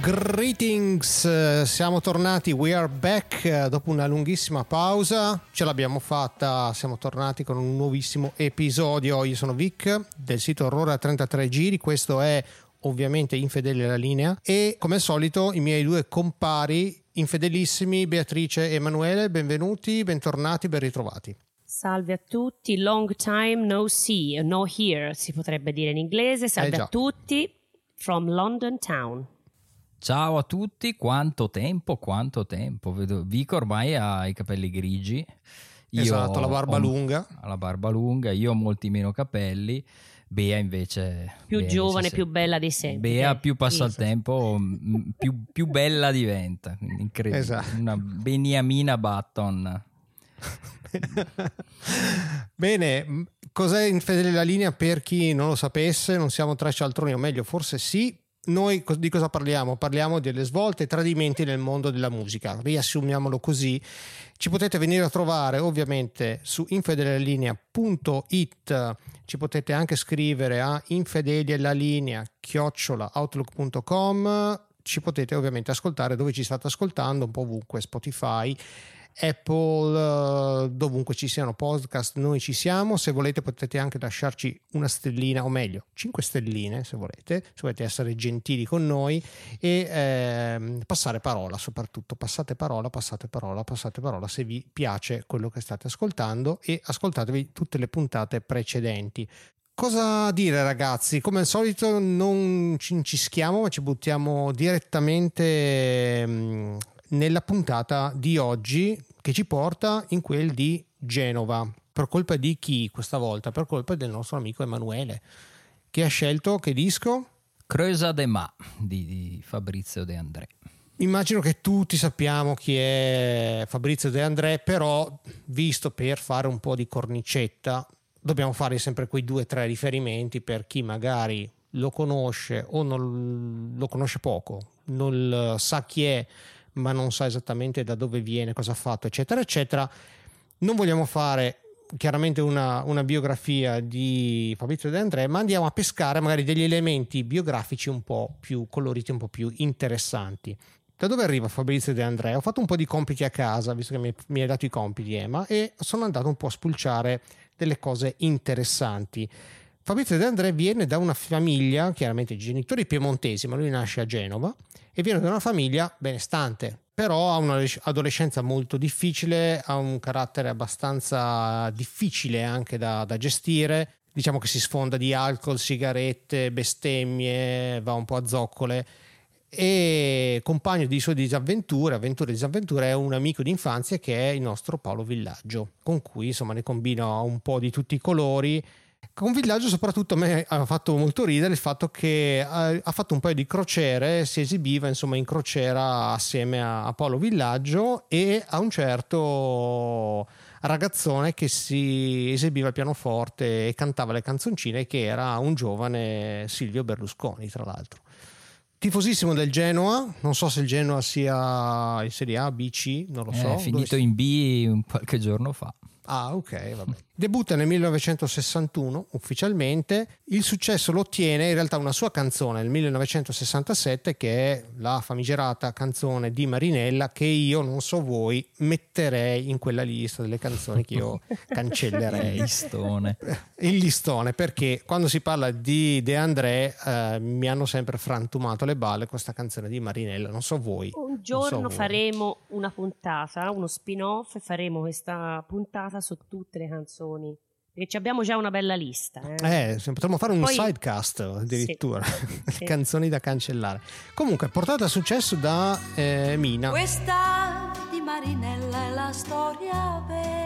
Greetings, siamo tornati, we are back dopo una lunghissima pausa, ce l'abbiamo fatta, siamo tornati con un nuovissimo episodio. Io sono Vic del sito Horror a 33 giri, questo è ovviamente Infedeli alla linea e come al solito i miei due compari infedelissimi Beatrice e Emanuele, benvenuti, bentornati, ben ritrovati. Salve a tutti, long time no see, no here si potrebbe dire in inglese, salve a tutti from London town. Ciao a tutti, quanto tempo, vedo Vico ormai ha i capelli grigi. Esatto, la barba lunga. La barba lunga, io ho molti meno capelli, Bea invece... Più giovane, più bella di sempre. Bea più passa il tempo, più bella diventa, incredibile, esatto. Una Beniamina Button. Bene, cos'è Infedeli alla linea per chi non lo sapesse? Non siamo tre cialtroni, o meglio forse sì. Noi di cosa parliamo? Parliamo delle svolte e tradimenti nel mondo della musica, riassumiamolo così. Ci potete venire a trovare ovviamente su infedelialalinea.it, ci potete anche scrivere a infedelialalinea@outlook.com, ci potete ovviamente ascoltare dove ci state ascoltando, un po' ovunque, Spotify, Apple, dovunque ci siano podcast noi ci siamo. Se volete potete anche lasciarci una stellina, o meglio 5 stelline se volete essere gentili con noi e passare parola, soprattutto passate parola se vi piace quello che state ascoltando, e ascoltatevi tutte le puntate precedenti. Cosa dire ragazzi? Come al solito non ci incischiamo ma ci buttiamo direttamente nella puntata di oggi, che ci porta in quel di Genova. Per colpa di chi questa volta? Per colpa del nostro amico Emanuele, che ha scelto che disco? Creusa de Ma di Fabrizio De André. Immagino che tutti sappiamo chi è Fabrizio De André, però visto per fare un po' di cornicetta dobbiamo fare sempre quei 2 o 3 riferimenti per chi magari lo conosce o non lo conosce poco, non sa chi è ma non sa esattamente da dove viene, cosa ha fatto, eccetera eccetera. Non vogliamo fare chiaramente una biografia di Fabrizio De André, ma andiamo a pescare magari degli elementi biografici un po' più coloriti, un po' più interessanti. Da dove arriva Fabrizio De André? Ho fatto un po' di compiti a casa, visto che mi hai dato i compiti Ema, e sono andato un po' a spulciare delle cose interessanti. Fabrizio De André viene da una famiglia, chiaramente genitori piemontesi, ma lui nasce a Genova e viene da una famiglia benestante, però ha un'adolescenza molto difficile, ha un carattere abbastanza difficile anche da gestire. Diciamo che si sfonda di alcol, sigarette, bestemmie, va un po' a zoccole, e compagno di sue avventure e disavventure è un amico d'infanzia che è il nostro Paolo Villaggio, con cui insomma ne combina un po' di tutti i colori. Con Villaggio soprattutto a me ha fatto molto ridere il fatto che ha fatto un paio di crociere, si esibiva insomma in crociera assieme a Paolo Villaggio e a un certo ragazzone che si esibiva al pianoforte e cantava le canzoncine, che era un giovane Silvio Berlusconi, tra l'altro. Tifosissimo del Genoa, non so se il Genoa sia in Serie A, B, C, non lo so. È finito in B qualche giorno fa. Ah, ok, vabbè. Debutta nel 1961 ufficialmente. Il successo lo ottiene in realtà una sua canzone nel 1967, che è la famigerata canzone di Marinella, che io, non so voi, metterei in quella lista delle canzoni che io cancellerei. Il listone, perché quando si parla di De André mi hanno sempre frantumato le balle questa canzone di Marinella, non so voi. Un giorno faremo una puntata, uno spin-off, e faremo questa puntata su tutte le canzoni, perché abbiamo già una bella lista. Potremmo fare un sidecast addirittura, sì. Canzoni da cancellare. Comunque, portata a successo da Mina. Questa di Marinella è la storia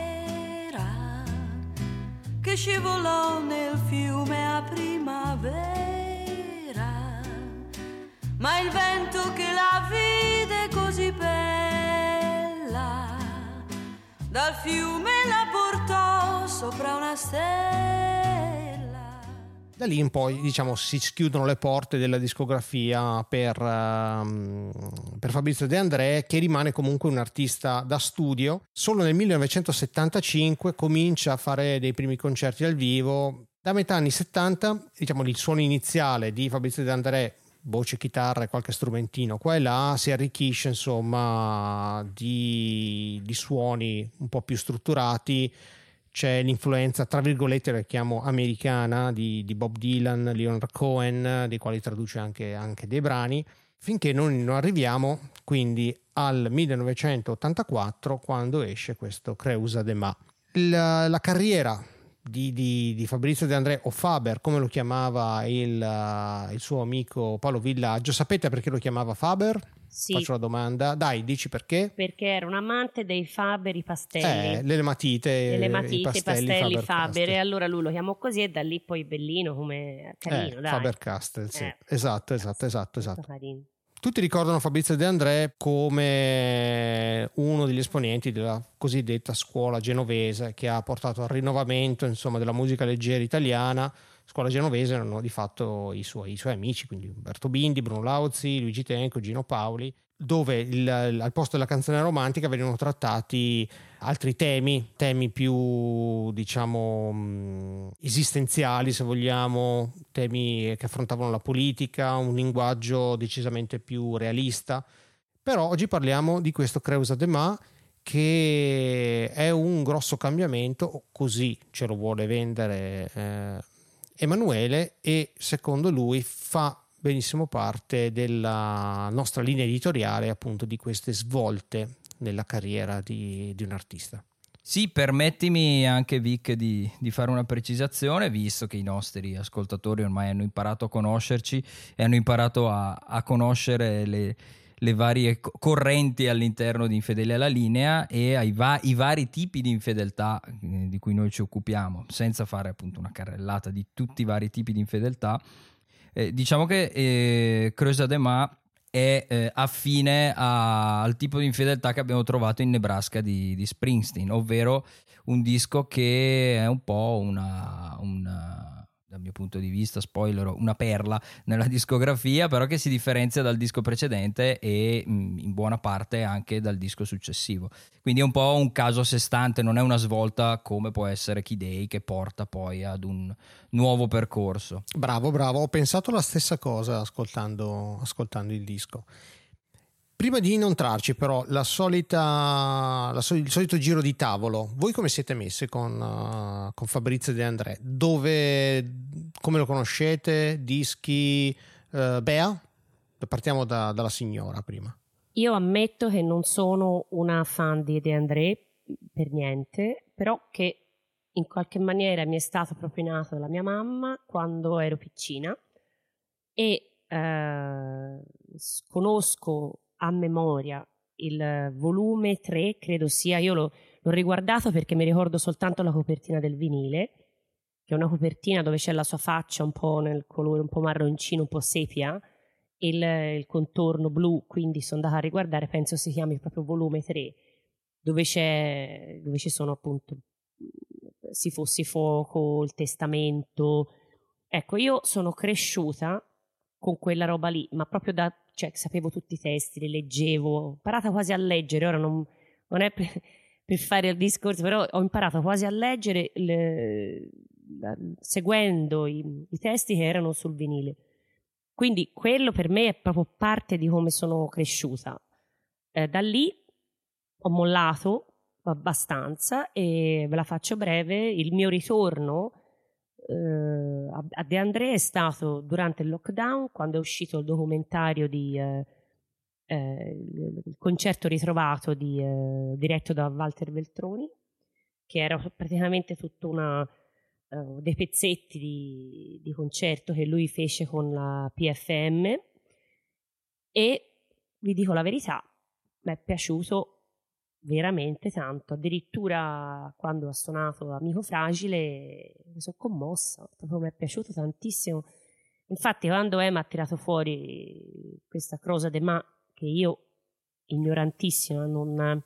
vera che scivolò nel fiume a primavera, ma il vento che la vide così bella dal fiume la portò sopra una stella. Da lì in poi, diciamo, si schiudono le porte della discografia per Fabrizio De André, che rimane comunque un artista da studio. Solo nel 1975 comincia a fare dei primi concerti dal vivo. Da metà anni 70, diciamo, il suono iniziale di Fabrizio De André voce, chitarra e qualche strumentino qua e là, si arricchisce insomma di suoni un po' più strutturati. C'è l'influenza, tra virgolette la chiamo americana, di Bob Dylan, Leonard Cohen, dei quali traduce anche dei brani, finché non arriviamo quindi al 1984, quando esce questo Creusa de Ma. La carriera di Fabrizio De André, o Faber come lo chiamava il suo amico Paolo Villaggio. Sapete perché lo chiamava Faber? Sì. Faccio la domanda, dai, dici perché? Perché era un amante dei Faber, i pastelli, le matite, i pastelli Faber, e allora lui lo chiamò così, e da lì poi bellino, come carino, dai. Faber-Castell, sì. Esatto. Carino. Tutti ricordano Fabrizio De André come uno degli esponenti della cosiddetta scuola genovese, che ha portato al rinnovamento, insomma, della musica leggera italiana. Scuola genovese erano di fatto i suoi amici, quindi Umberto Bindi, Bruno Lauzi, Luigi Tenco, Gino Paoli, dove al posto della canzone romantica venivano trattati altri temi più, diciamo, esistenziali, se vogliamo, temi che affrontavano la politica, un linguaggio decisamente più realista. Però oggi parliamo di questo Creusa de Ma, che è un grosso cambiamento, così ce lo vuole vendere Emanuele, e secondo lui fa benissimo parte della nostra linea editoriale, appunto, di queste svolte nella carriera di un artista. Sì, permettimi anche, Vic, di fare una precisazione, visto che i nostri ascoltatori ormai hanno imparato a conoscerci e hanno imparato a conoscere le varie correnti all'interno di Infedeli alla linea e i vari tipi di infedeltà di cui noi ci occupiamo, senza fare appunto una carrellata di tutti i vari tipi di infedeltà. Diciamo che Creusa de Ma è affine al tipo di infedeltà che abbiamo trovato in Nebraska di Springsteen, ovvero un disco che è un po' dal mio punto di vista, spoiler, una perla nella discografia, però che si differenzia dal disco precedente e in buona parte anche dal disco successivo. Quindi è un po' un caso a sé stante, non è una svolta come può essere Key Day, che porta poi ad un nuovo percorso. Bravo, ho pensato la stessa cosa ascoltando il disco. Prima di inoltrarci però il solito giro di tavolo, voi come siete messi con Fabrizio De André? Come lo conoscete? Dischi? Bea? Partiamo dalla signora prima. Io ammetto che non sono una fan di De André per niente, però che in qualche maniera mi è stato propinato dalla mia mamma quando ero piccina, e conosco a memoria il volume 3, credo sia, io l'ho riguardato perché mi ricordo soltanto la copertina del vinile, che è una copertina dove c'è la sua faccia un po' nel colore un po' marroncino, un po' sepia, il contorno blu, quindi sono andata a riguardare, penso si chiami proprio volume 3, dove ci sono appunto Si fossi fuoco, il testamento. Ecco, io sono cresciuta con quella roba lì, ma proprio cioè sapevo tutti i testi, li leggevo, ho imparato quasi a leggere. Ora non è per fare il discorso, però ho imparato quasi a leggere seguendo i testi che erano sul vinile. Quindi quello per me è proprio parte di come sono cresciuta. Da lì ho mollato abbastanza, e ve la faccio breve. Il mio ritorno a De André è stato durante il lockdown, quando è uscito il documentario il concerto ritrovato diretto da Walter Veltroni, che era praticamente tutto dei pezzetti di concerto che lui fece con la PFM, e vi dico la verità, mi è piaciuto veramente tanto. Addirittura quando ha suonato Amico Fragile mi sono commossa, proprio mi è piaciuto tantissimo. Infatti quando Emma ha tirato fuori questa Creusa de Ma, che io ignorantissima non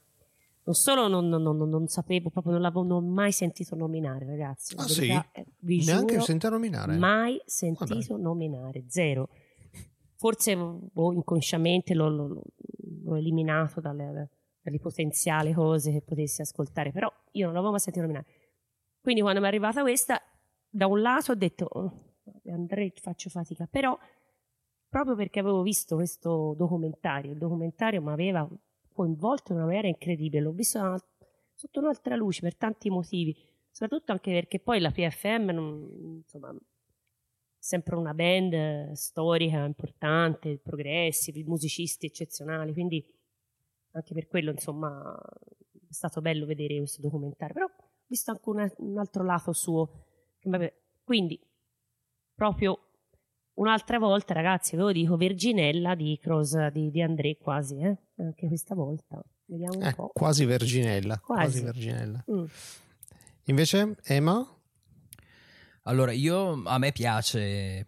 sapevo proprio, non l'avevo mai sentito nominare, ragazzi. Ah sì? Vi neanche sentito nominare? Mai sentito nominare, zero. Forse inconsciamente l'ho eliminato dalle potenziali cose che potessi ascoltare, però io non l'avevo mai sentito nominare. Quindi quando mi è arrivata questa, da un lato ho detto André, faccio fatica, però proprio perché avevo visto questo documentario. Il documentario mi aveva coinvolto in una maniera incredibile, l'ho visto sotto un'altra luce per tanti motivi, soprattutto anche perché poi la PFM insomma, sempre una band storica importante, progressive, musicisti eccezionali, quindi anche per quello insomma è stato bello vedere questo documentario, però ho visto anche un altro lato suo, quindi proprio un'altra volta, ragazzi, ve lo dico, Verginella di di André quasi, anche questa volta. Vediamo un po'. Quasi Verginella. Quasi Verginella. Invece, Emma? Allora, a me piace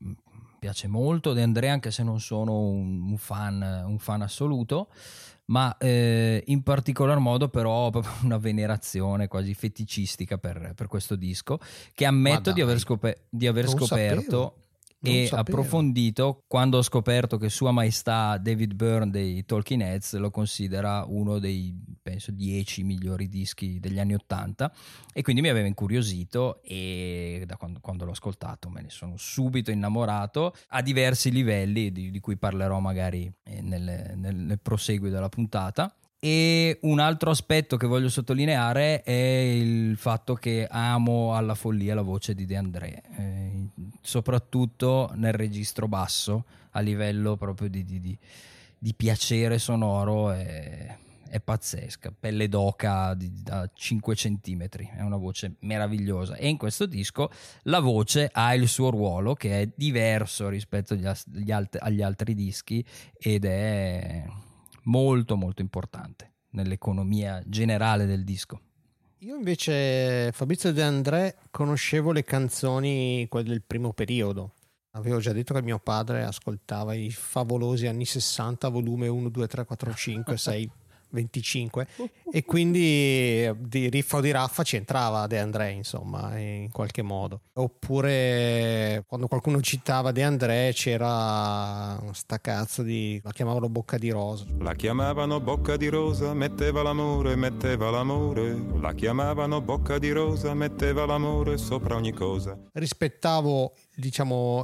molto De André, anche se non sono un fan assoluto, ma in particolar modo però ho proprio una venerazione quasi feticistica per questo disco, che ammetto di aver scoperto e approfondito quando ho scoperto che Sua Maestà David Byrne dei Talking Heads lo considera uno dei, penso, 10 migliori dischi degli anni '80, e quindi mi aveva incuriosito, e da quando l'ho ascoltato me ne sono subito innamorato a diversi livelli di cui parlerò magari nel proseguo della puntata. E un altro aspetto che voglio sottolineare è il fatto che amo alla follia la voce di De André, soprattutto nel registro basso, a livello proprio di piacere sonoro è pazzesca, pelle d'oca da 5 centimetri, è una voce meravigliosa, e in questo disco la voce ha il suo ruolo, che è diverso rispetto agli altri dischi, ed è molto molto importante nell'economia generale del disco. Io invece Fabrizio De André conoscevo le canzoni, quelle del primo periodo. Avevo già detto che mio padre ascoltava i favolosi anni 60, volume 1, 2, 3, 4, 5, 6, 25, e quindi di riffa o di raffa ci entrava De André, insomma, in qualche modo. Oppure quando qualcuno citava De André c'era sta cazzo la chiamavano Bocca di Rosa. La chiamavano Bocca di Rosa, metteva l'amore, la chiamavano Bocca di Rosa, metteva l'amore sopra ogni cosa. Rispettavo, diciamo,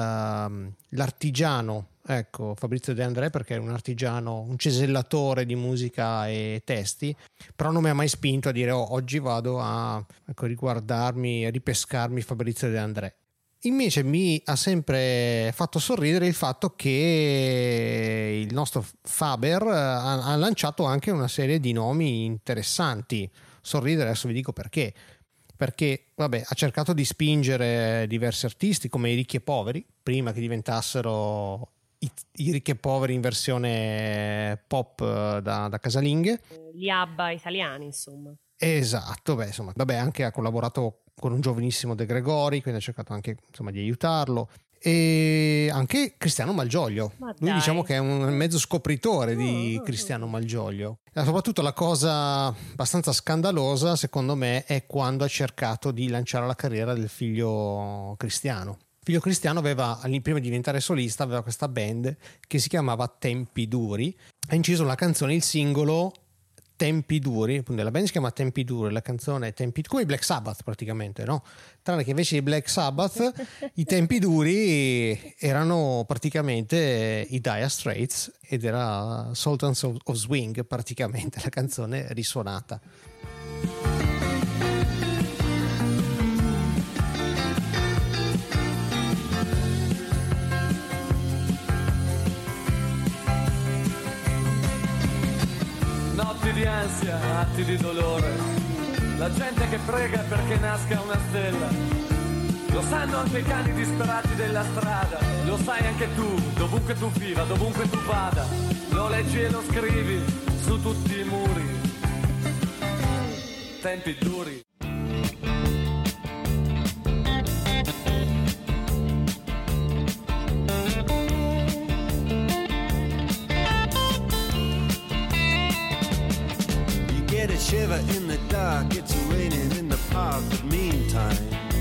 l'artigiano, ecco, Fabrizio De André, perché è un artigiano, un cesellatore di musica e testi, però non mi ha mai spinto a dire oggi vado a riguardarmi, a ripescarmi Fabrizio De André. Invece mi ha sempre fatto sorridere il fatto che il nostro Faber ha lanciato anche una serie di nomi interessanti. Sorridere, adesso vi dico perché, vabbè, ha cercato di spingere diversi artisti come i Ricchi e Poveri, prima che diventassero i Ricchi e Poveri in versione pop da casalinghe, gli ABBA italiani, insomma. Esatto, vabbè, anche ha collaborato con un giovanissimo De Gregori, quindi ha cercato anche, insomma, di aiutarlo, e anche Cristiano Malgioglio. Lui diciamo che è un mezzo scopritore di Cristiano Malgioglio. Soprattutto la cosa abbastanza scandalosa, secondo me, è quando ha cercato di lanciare la carriera del figlio Cristiano. Figlio Cristiano aveva, prima di diventare solista, aveva questa band che si chiamava Tempi Duri. Ha inciso una canzone, il singolo Tempi Duri, appunto la band si chiama Tempi Duri, la canzone Tempi, come i Black Sabbath praticamente, no? Tranne che invece i Black Sabbath i Tempi Duri erano praticamente i Dire Straits, ed era Sultans of Swing praticamente la canzone risuonata. Notti di ansia, atti di dolore, la gente che prega perché nasca una stella. Lo sanno anche i cani disperati della strada, lo sai anche tu, dovunque tu viva, dovunque tu vada. Lo leggi e lo scrivi su tutti i muri. Tempi duri. Shiver in the dark, it's raining in the park, but meantime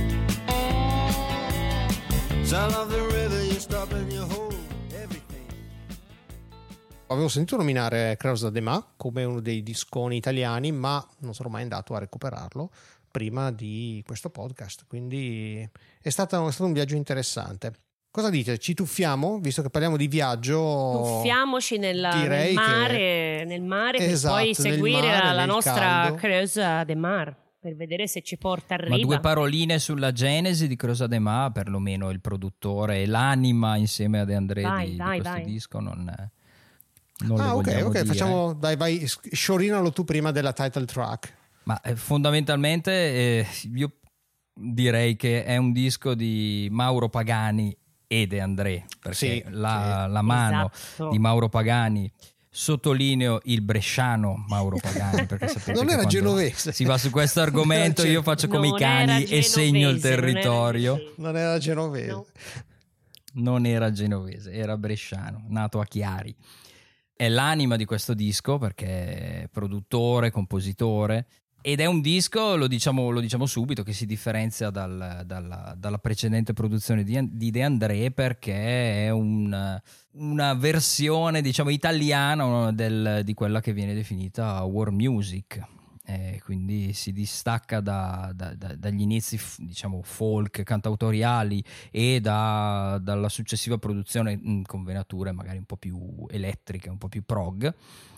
sound of the river, you stop and you hold everything. Avevo sentito nominare Creus de Ma come uno dei disconi italiani, ma non sono mai andato a recuperarlo prima di questo podcast, quindi è stato un viaggio interessante. Cosa dite? Ci tuffiamo? Visto che parliamo di viaggio, tuffiamoci nel mare, esatto, per poi seguire la nostra caldo. Creusa de Mar, per vedere se ci porta a riva. Ma 2 paroline sulla genesi di Creusa de Mar, perlomeno il produttore e l'anima insieme a De André di questo disco non le vogliamo dire. Facciamo, vai, sciorinalo tu prima della title track. Ma fondamentalmente io direi che è un disco di Mauro Pagani e De André, perché la mano di Mauro Pagani, sottolineo il bresciano Mauro Pagani, perché sapete non che era genovese. Si va su questo argomento, io faccio come i cani e segno il territorio. Non era genovese. No. Non era genovese, era bresciano, nato a Chiari. È l'anima di questo disco perché è produttore, compositore, ed è un disco, lo diciamo subito, che si differenzia dalla precedente produzione di De André, perché è una versione, diciamo, italiana di quella che viene definita world music. Quindi si distacca dagli inizi, diciamo, folk, cantautoriali e dalla successiva produzione con venature magari un po' più elettriche, un po' più prog,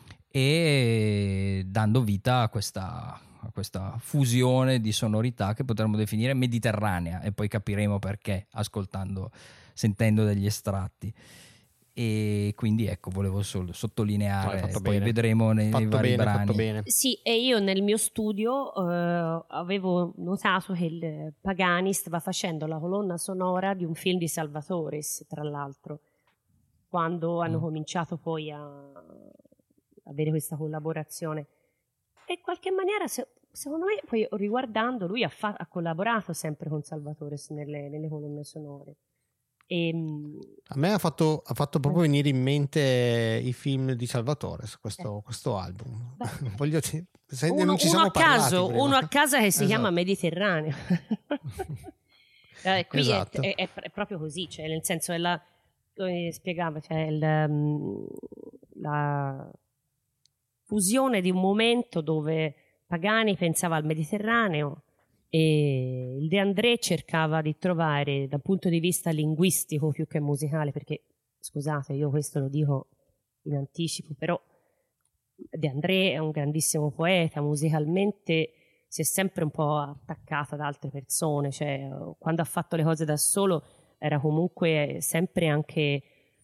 e dando vita a questa fusione di sonorità che potremmo definire mediterranea, e poi capiremo perché sentendo degli estratti. E quindi ecco, volevo solo sottolineare, poi bene. Vedremo nei vari brani. Bene. Sì, e io nel mio studio avevo notato che il Pagani stava facendo la colonna sonora di un film di Salvatore, tra l'altro, quando hanno cominciato poi a avere questa collaborazione. E in qualche maniera, secondo me, poi riguardando, lui ha collaborato sempre con Salvatore nelle colonne sonore. A me ha fatto proprio venire in mente i film di Salvatore su questo album. Voglio dire, non ci siamo parlati prima. Uno a casa che si chiama Mediterraneo. Qui esatto. è proprio così, cioè, nel senso è come spiegava, cioè la fusione di un momento dove Pagani pensava al Mediterraneo e il De André cercava di trovare dal punto di vista linguistico più che musicale, perché scusate, io questo lo dico in anticipo, però De André è un grandissimo poeta, musicalmente si è sempre un po' attaccato ad altre persone, cioè quando ha fatto le cose da solo era comunque sempre anche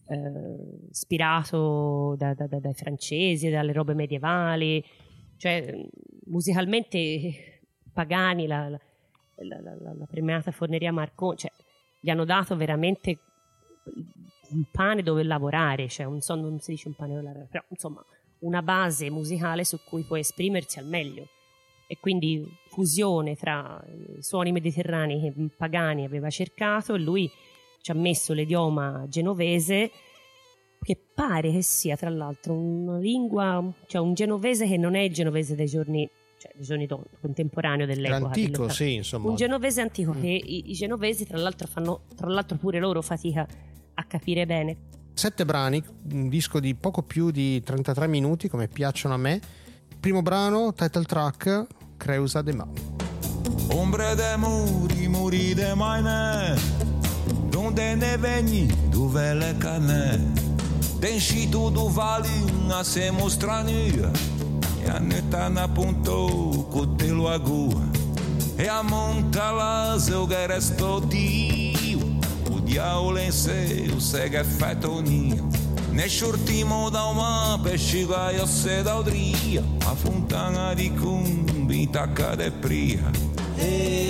ispirato dai francesi, dalle robe medievali, cioè musicalmente Pagani, la premiata Forneria Marconi, cioè, gli hanno dato veramente un pane dove lavorare, cioè non si dice un pane dove lavorare, però insomma una base musicale su cui puoi esprimersi al meglio, e quindi fusione tra i suoni mediterranei che Pagani aveva cercato, e lui ci ha messo l'idioma genovese, che pare che sia tra l'altro una lingua, cioè un genovese che non è il genovese dei giorni contemporaneo dell'epoca. Antico, sì, insomma. Un genovese antico che i genovesi tra l'altro fanno pure loro fatica a capire bene. 7 brani, un disco di poco più di 33 minuti, come piacciono a me. Primo brano, title track, Creusa de Mar. Ombre de muri de maine, donde ne veni, dove le cane, denșitu do vale, a se mostrania, e a neta na ponto, cotelo agua, e a monta las eu geresto dio, o diavolo in sé, o sega fetonia. Ne shurtimo da uma pesciga io se da odria, a fontana di cumbi tacca de pria. E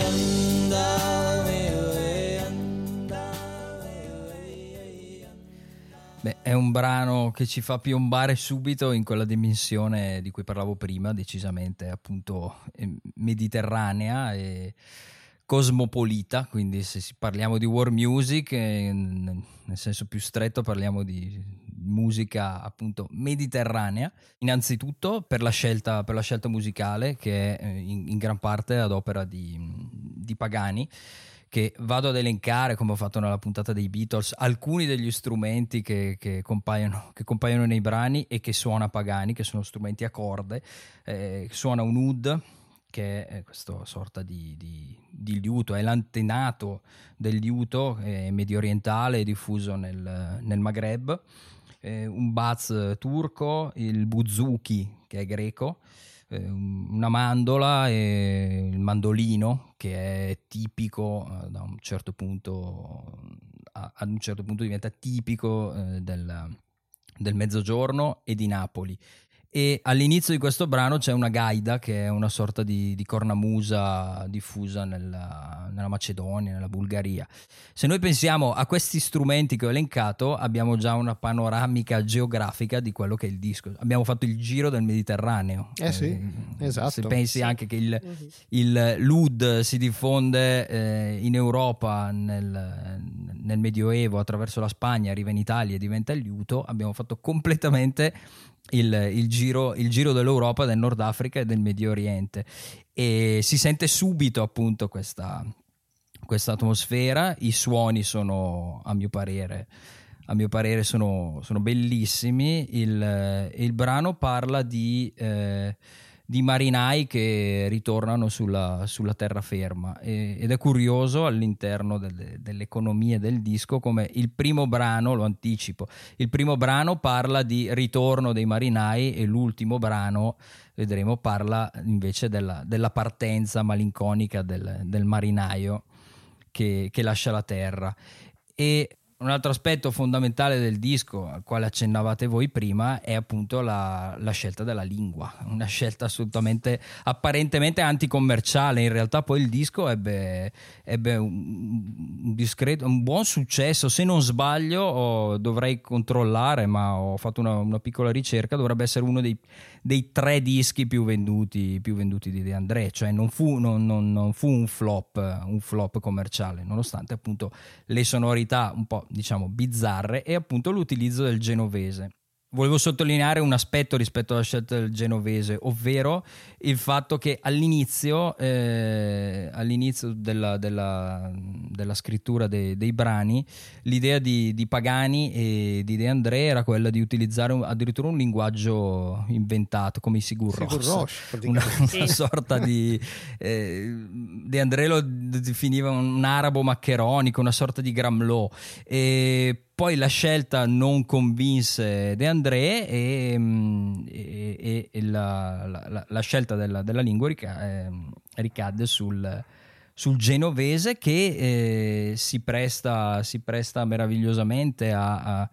Beh, è un brano che ci fa piombare subito in quella dimensione di cui parlavo prima, decisamente appunto mediterranea e cosmopolita, quindi se parliamo di world music, nel senso più stretto parliamo di musica appunto mediterranea, innanzitutto per la scelta musicale, che è in gran parte ad opera di Pagani, che vado ad elencare, come ho fatto nella puntata dei Beatles, alcuni degli strumenti che compaiono nei brani e che suona Pagani, che sono strumenti a corde. Suona un oud, che è questa sorta di liuto, è l'antenato del liuto medio orientale diffuso nel Maghreb, un baz turco, il buzuki che è greco, una mandola e il mandolino che è tipico da un certo punto, ad un certo punto diventa tipico del Mezzogiorno e di Napoli. E all'inizio di questo brano c'è una gaida, che è una sorta di cornamusa diffusa nella Macedonia, nella Bulgaria. Se noi pensiamo a questi strumenti che ho elencato, abbiamo già una panoramica geografica di quello che è il disco. Abbiamo fatto il giro del Mediterraneo. Sì, esatto. Se pensi anche che il l'oud si diffonde in Europa nel Medioevo attraverso la Spagna, arriva in Italia e diventa il liuto, abbiamo fatto completamente il giro dell'Europa, del Nord Africa e del Medio Oriente, e si sente subito appunto questa atmosfera. I suoni sono, a mio parere sono bellissimi. Il brano parla di marinai che ritornano sulla terraferma, ed è curioso all'interno dell'economia del disco come il primo brano, lo anticipo, il primo brano parla di ritorno dei marinai e l'ultimo brano, vedremo, parla invece della partenza malinconica del marinaio che lascia la terra. E un altro aspetto fondamentale del disco, al quale accennavate voi prima, è appunto la scelta della lingua, una scelta assolutamente, apparentemente anticommerciale. In realtà poi il disco ebbe un buon successo. Se non sbaglio, dovrei controllare, ma ho fatto una piccola ricerca, dovrebbe essere uno dei 3 dischi più venduti di De André, cioè non fu un flop commerciale, nonostante appunto le sonorità un po', diciamo, bizzarre e appunto l'utilizzo del genovese. Volevo sottolineare un aspetto rispetto alla scelta del genovese, ovvero il fatto che all'inizio della scrittura dei brani, l'idea di Pagani e di De André era quella di utilizzare addirittura un linguaggio inventato come i Sigur Rós, una sorta di De André lo definiva un arabo maccheronico, una sorta di Gramlò, e poi la scelta non convinse De André e la scelta della lingua ricadde sul genovese, che si presta meravigliosamente a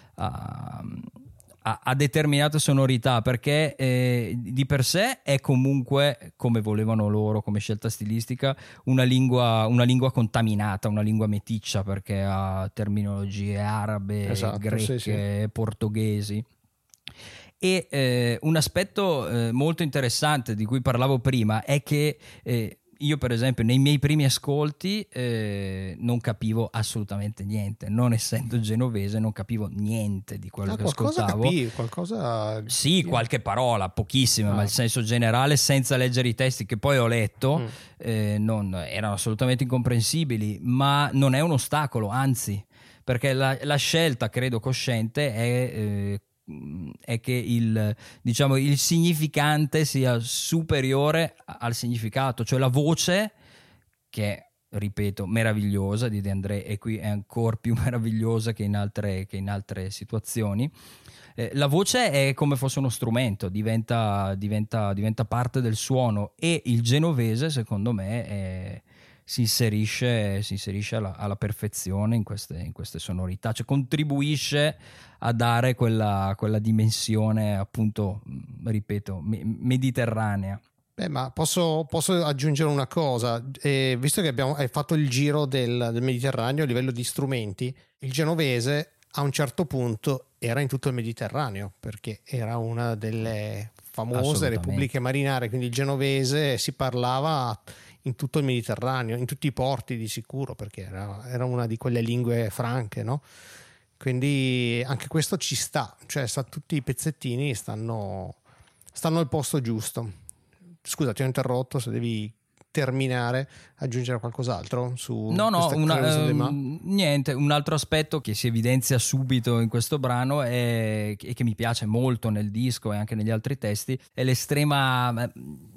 determinate sonorità, perché di per sé è comunque, come volevano loro come scelta stilistica, una lingua contaminata, una lingua meticcia, perché ha terminologie arabe, esatto, greche, sì. portoghesi. E un aspetto molto interessante di cui parlavo prima è che io per esempio nei miei primi ascolti non capivo assolutamente niente, non essendo genovese non capivo niente di quello che ascoltavo. Qualcosa sì, qualche parola, pochissima, ma il senso generale, senza leggere i testi che poi ho letto, non erano assolutamente incomprensibili, ma non è un ostacolo, anzi, perché la scelta, credo cosciente, è che il significante sia superiore al significato, cioè la voce, che è, ripeto, meravigliosa di De André, e qui è ancora più meravigliosa che in altre situazioni. La voce è come fosse uno strumento, diventa parte del suono, e il genovese secondo me si inserisce alla perfezione in queste sonorità, cioè contribuisce a dare quella dimensione, appunto, ripeto, mediterranea. Ma posso aggiungere una cosa, visto che hai fatto il giro del Mediterraneo a livello di strumenti, il genovese a un certo punto era in tutto il Mediterraneo, perché era una delle famose repubbliche marinare, quindi il genovese si parlava in tutto il Mediterraneo, in tutti i porti di sicuro, perché era una di quelle lingue franche, no? Quindi anche questo ci sta, cioè tutti i pezzettini stanno al posto giusto. Scusa, ti ho interrotto, se devi terminare, aggiungere qualcos'altro su niente. Un altro aspetto che si evidenzia subito in questo brano e che mi piace molto nel disco e anche negli altri testi è l'estrema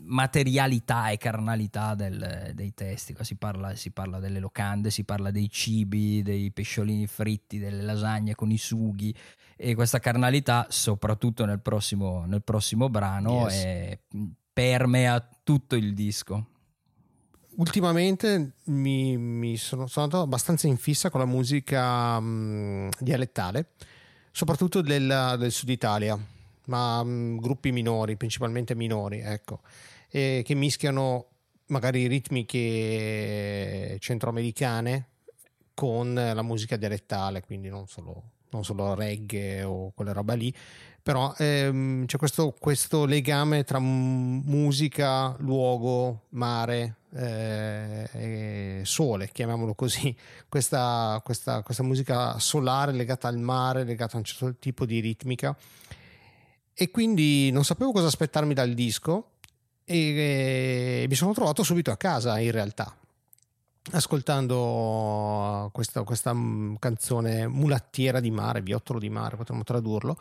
materialità e carnalità dei testi. Qua si parla delle locande, si parla dei cibi, dei pesciolini fritti, delle lasagne con i sughi, e questa carnalità, soprattutto nel prossimo brano, permea tutto il disco. Ultimamente mi sono andato abbastanza in fissa con la musica dialettale, soprattutto del sud Italia, ma gruppi minori, principalmente minori, ecco, che mischiano magari ritmiche centroamericane con la musica dialettale, quindi non solo reggae o quella roba lì, però c'è questo legame tra musica, luogo, mare, sole, chiamiamolo così, questa musica solare legata al mare, legata a un certo tipo di ritmica, e quindi non sapevo cosa aspettarmi dal disco e mi sono trovato subito a casa, in realtà, ascoltando questa canzone mulattiera di mare, viottolo di mare potremmo tradurlo,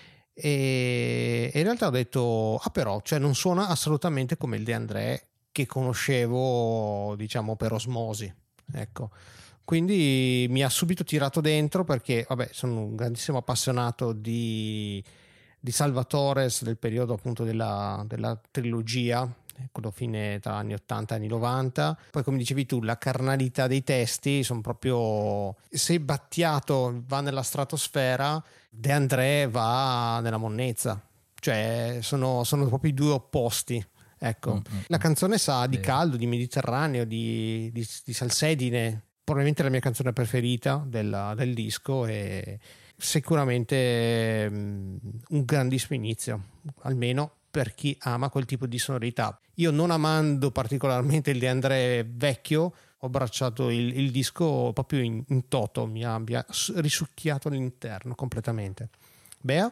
e in realtà ho detto però, cioè, non suona assolutamente come il De André che conoscevo, diciamo, per osmosi, ecco. Quindi mi ha subito tirato dentro, perché vabbè, sono un grandissimo appassionato di Salvatores, del periodo appunto della trilogia, quello fine tra anni 80 e anni 90. Poi, come dicevi tu, la carnalità dei testi sono proprio, se Battiato va nella stratosfera, De André va nella monnezza, cioè sono proprio i due opposti, ecco. La canzone sa di caldo, di Mediterraneo, di salsedine, probabilmente la mia canzone preferita del disco, e sicuramente un grandissimo inizio, almeno per chi ama quel tipo di sonorità. Io, non amando particolarmente il De André vecchio, ho abbracciato il disco proprio in toto, mi ha risucchiato all'interno completamente. Bea?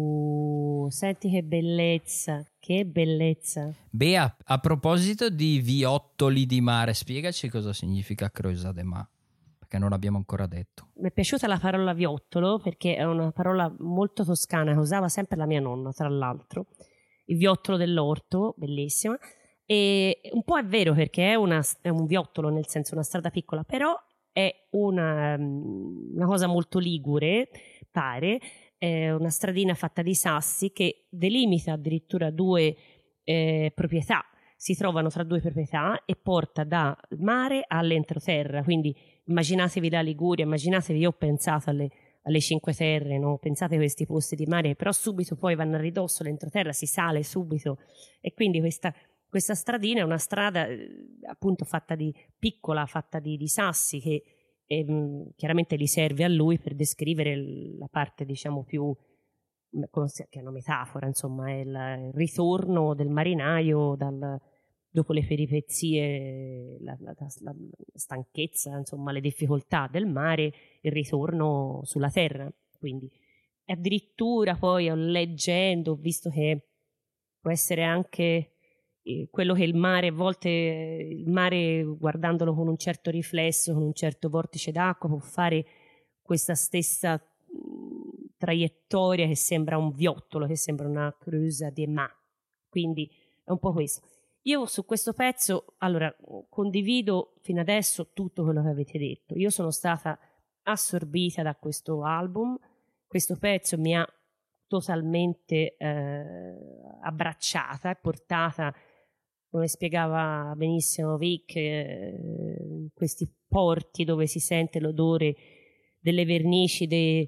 Senti che bellezza, che bellezza. Bea, a proposito di viottoli di mare, spiegaci cosa significa Creusa de Mar, perché non l'abbiamo ancora detto. Mi è piaciuta la parola viottolo, perché è una parola molto toscana che usava sempre la mia nonna, tra l'altro. Il viottolo dell'orto, bellissima. E un po' è vero, perché è un viottolo, nel senso una strada piccola, però è una cosa molto ligure, pare. È una stradina fatta di sassi che delimita addirittura due proprietà. Si trovano tra due proprietà e porta dal mare all'entroterra. Quindi immaginatevi la Liguria, immaginatevi, io ho pensato alle Cinque Terre, no? Pensate a questi posti di mare, però subito poi vanno a ridosso l'entroterra, si sale subito, e quindi questa stradina è una strada appunto fatta di piccola, fatta di sassi, che chiaramente gli serve a lui per descrivere la parte, diciamo, più, che è una metafora, insomma, è il ritorno del marinaio dopo le peripezie, la stanchezza, insomma, le difficoltà del mare, il ritorno sulla terra. Quindi addirittura poi, leggendo, ho visto che può essere anche quello che il mare, a volte il mare, guardandolo con un certo riflesso, con un certo vortice d'acqua, può fare questa stessa traiettoria che sembra un viottolo, che sembra una Creusa de Mar. Quindi è un po' questo. Io su questo pezzo, allora, condivido fino adesso tutto quello che avete detto. Io sono stata assorbita da questo album, questo pezzo mi ha totalmente abbracciata e portata, come spiegava benissimo Vic, questi porti dove si sente l'odore delle vernici,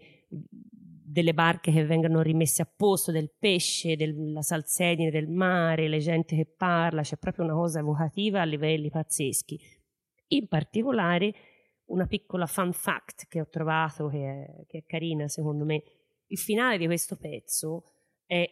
delle barche che vengono rimesse a posto, del pesce, della salsedine del mare, le gente che parla, c'è proprio una cosa evocativa a livelli pazzeschi. In particolare una piccola fun fact che ho trovato, che è carina secondo me: il finale di questo pezzo è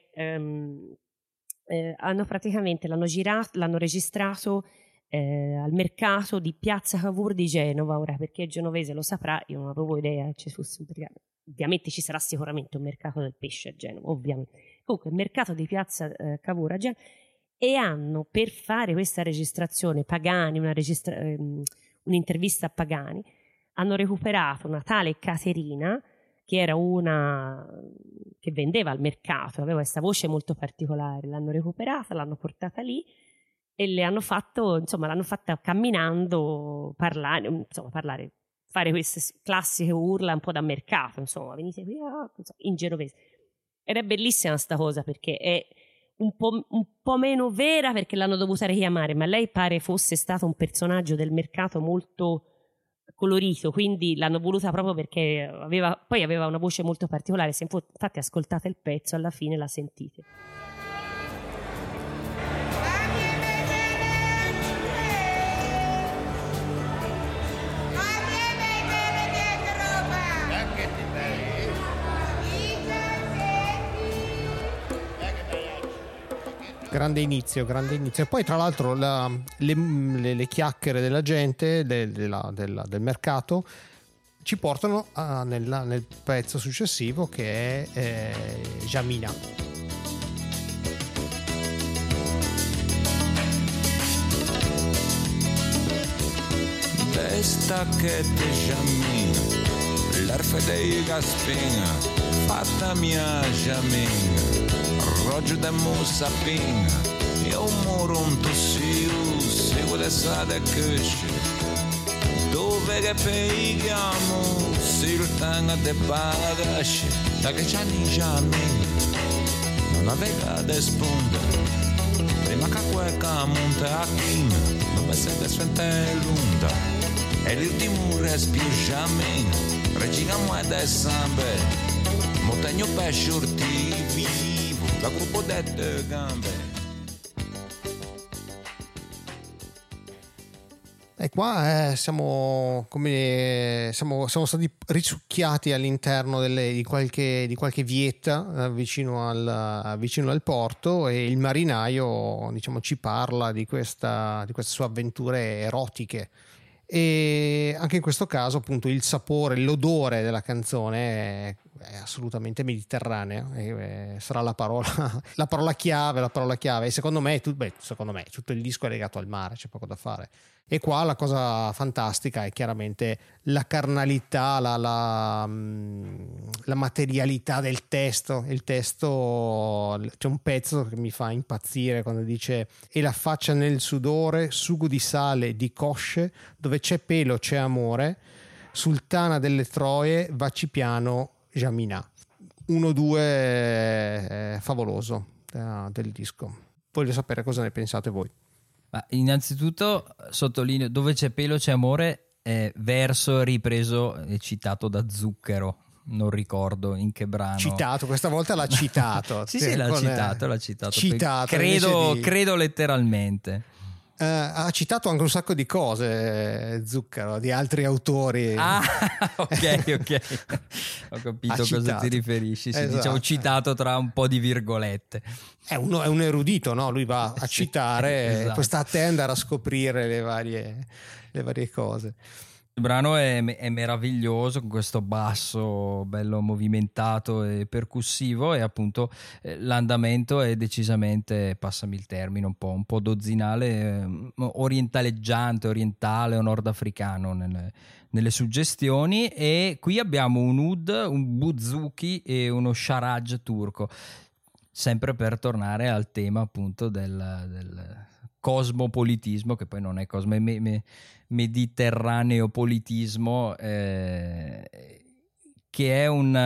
l'hanno registrato al mercato di Piazza Cavour di Genova. Ora, perché è genovese lo saprà, io non avevo idea ci fosse, ovviamente ci sarà sicuramente un mercato del pesce a Genova, ovviamente. Comunque il mercato di Piazza Cavour a Genova, e hanno, per fare questa registrazione, Pagani, un'intervista a Pagani, hanno recuperato una tale Caterina, che era una che vendeva al mercato, aveva questa voce molto particolare, l'hanno recuperata, l'hanno portata lì e l'hanno fatta camminando, parlare, fare queste classiche urla un po' da mercato, insomma, venite qui in genovese. Ed è bellissima sta cosa, perché è un po' meno vera, perché l'hanno dovuta richiamare, ma lei pare fosse stato un personaggio del mercato molto colorito, quindi l'hanno voluta proprio perché aveva una voce molto particolare. Se infatti ascoltate il pezzo, alla fine la sentite. Grande inizio. E poi tra l'altro le chiacchiere della gente del mercato ci portano nel pezzo successivo, che è Jamina. Le stacchette Jamina, l'erfe dei Gaspina, fatta mia Jamina, Roggio de Mussapina, e un muro un tossio, segue le strade cresce, dove che peghiamo, si il tanga de bagace, da che c'hanno Jamina, non aveva de sponda, prima che quella monta a china, dove si desfente l'onda, e l'ultimo respiro Jamina, regina muede sambe, montegno pesce urtivi, la gruppo dette gambe. E qua siamo stati risucchiati all'interno di qualche vietta vicino al porto, e il marinaio, diciamo, ci parla di queste sue avventure erotiche. E anche in questo caso, appunto, il sapore, l'odore della canzone è assolutamente mediterranea, sarà la parola chiave. E secondo me tutto il disco è legato al mare, c'è poco da fare. E qua la cosa fantastica è chiaramente la carnalità, la materialità del testo. Il testo, c'è un pezzo che mi fa impazzire quando dice: e la faccia nel sudore, sugo di sale, di cosce, dove c'è pelo c'è amore, sultana delle troie, vacci piano Jamina. 1-2 favoloso del disco. Voglio sapere cosa ne pensate voi. Ma innanzitutto sottolineo: dove c'è pelo c'è amore, verso ripreso e citato da Zucchero, non ricordo in che brano. Citato, questa volta l'ha citato. Sì, l'ha citato. Citato, credo letteralmente. Ha citato anche un sacco di cose, Zucchero, di altri autori. Ah, ok. Ho capito a cosa ti riferisci. Sì, esatto. Diciamo citato tra un po' di virgolette. È un erudito, no? Lui va a citare, esatto. Poi sta a te andare a scoprire le varie cose. Il brano è meraviglioso, con questo basso bello movimentato e percussivo, e appunto l'andamento è decisamente, passami il termine, un po' dozzinale, orientale o nordafricano nelle suggestioni. E qui abbiamo un oud, un buzuki e uno sharaj turco, sempre per tornare al tema appunto del cosmopolitismo, che poi non è mediterraneopolitismo, che è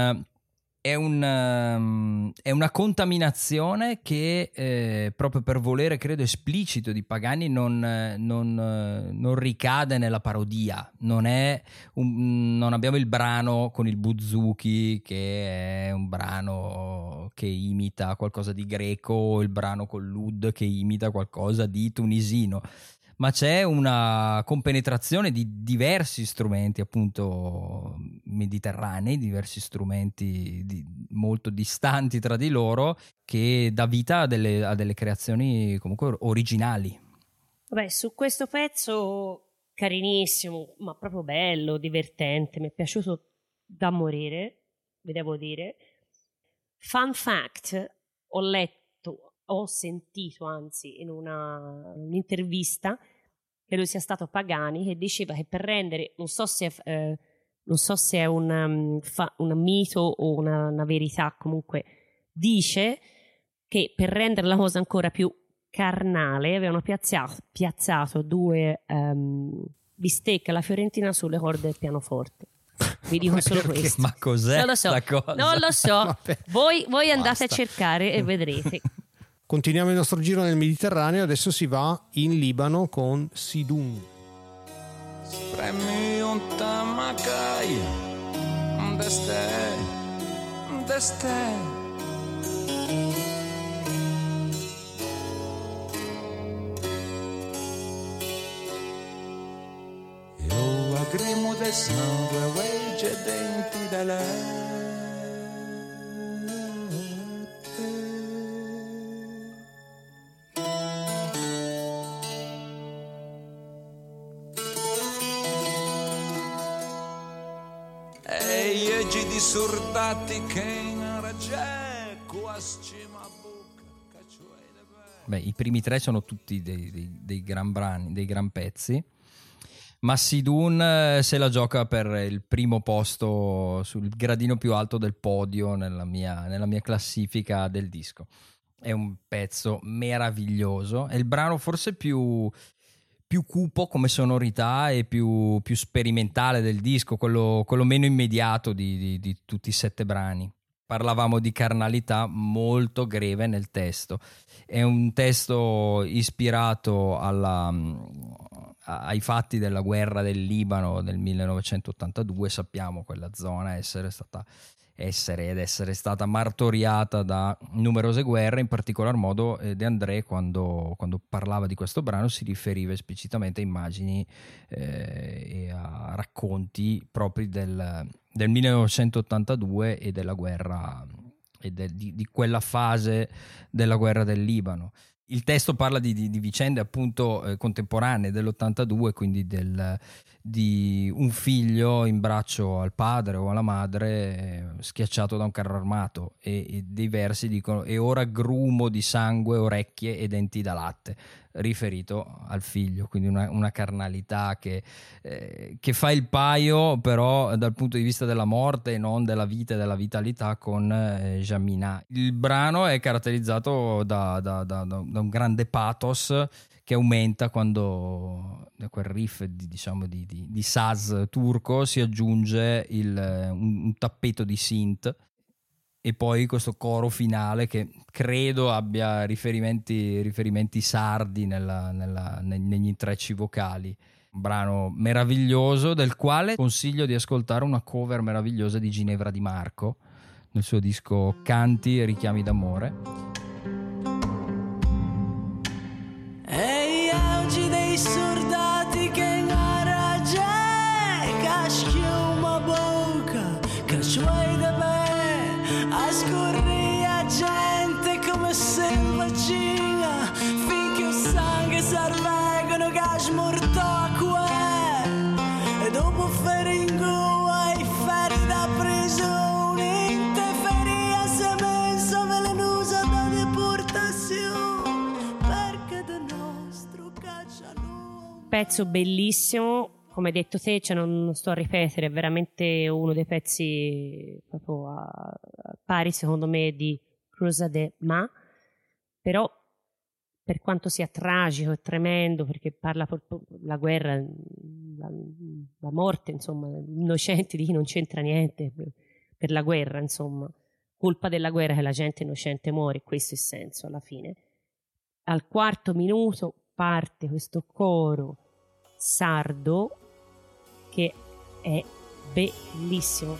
una contaminazione che proprio per volere, credo, esplicito di Pagani non ricade nella parodia. Non abbiamo il brano con il buzuki, che è un brano che imita qualcosa di greco, o il brano con l'oud che imita qualcosa di tunisino, ma c'è una compenetrazione di diversi strumenti appunto mediterranei, diversi strumenti molto distanti tra di loro, che dà vita a delle creazioni comunque originali. Vabbè, su questo pezzo carinissimo, ma proprio bello, divertente, mi è piaciuto da morire, vi devo dire. Fun fact, ho sentito anzi in un'intervista, credo sia stato Pagani, che diceva che per rendere, non so se è un mito o una verità, comunque dice che per rendere la cosa ancora più carnale, avevano piazzato 2 bistecche alla fiorentina sulle corde del pianoforte. Vi dico solo questo. Ma cos'è non lo so, sta cosa? Non lo so. Voi andate Basta. a cercare e vedrete. Continuiamo il nostro giro nel Mediterraneo, adesso si va in Libano con Sidun. Spremi un tamacai, deste. Io lagrimo del sangue, legge denti da di sordati che in ragè quascima bocca. Beh, i primi 3 sono tutti dei gran brani, dei gran pezzi, ma Sidun se la gioca per il primo posto sul gradino più alto del podio nella mia classifica del disco. È un pezzo meraviglioso, è il brano forse più cupo come sonorità e più sperimentale del disco, quello meno immediato di tutti i 7 brani. Parlavamo di carnalità molto greve nel testo. È un testo ispirato ai fatti della guerra del Libano del 1982. Sappiamo quella zona essere stata martoriata da numerose guerre. In particolar modo De André quando parlava di questo brano si riferiva esplicitamente a immagini e a racconti propri del 1982 e della guerra e di quella fase della guerra del Libano. Il testo parla di vicende appunto contemporanee dell'82, quindi di un figlio in braccio al padre o alla madre schiacciato da un carro armato, e dei versi dicono: e ora grumo di sangue, orecchie e denti da latte, riferito al figlio. Quindi una carnalità che fa il paio però dal punto di vista della morte e non della vita e della vitalità con Jamina. Il brano è caratterizzato da un grande pathos che aumenta quando da quel riff di saz turco si aggiunge un tappeto di synth e poi questo coro finale che credo abbia riferimenti sardi negli intrecci vocali. Un brano meraviglioso del quale consiglio di ascoltare una cover meravigliosa di Ginevra Di Marco nel suo disco Canti e richiami d'amore. Ehi, oggi dei soldati che narragge caschiuma bocca, che c'hai da me a scorria gente come selvaggina, finché il sangue s'arvegano che smorto a que, e dopo feringo ai ferri da prigione, in te feria semenza velenosa da deportazione. Pezzo bellissimo, come hai detto te, cioè non sto a ripetere, è veramente uno dei pezzi proprio a pari secondo me di Cruz de Ma, però per quanto sia tragico e tremendo, perché parla proprio della guerra, la morte, insomma, innocenti di chi non c'entra niente per la guerra, insomma, colpa della guerra che la gente innocente muore, questo è il senso alla fine. Al 4° minuto parte questo coro sardo che è bellissimo.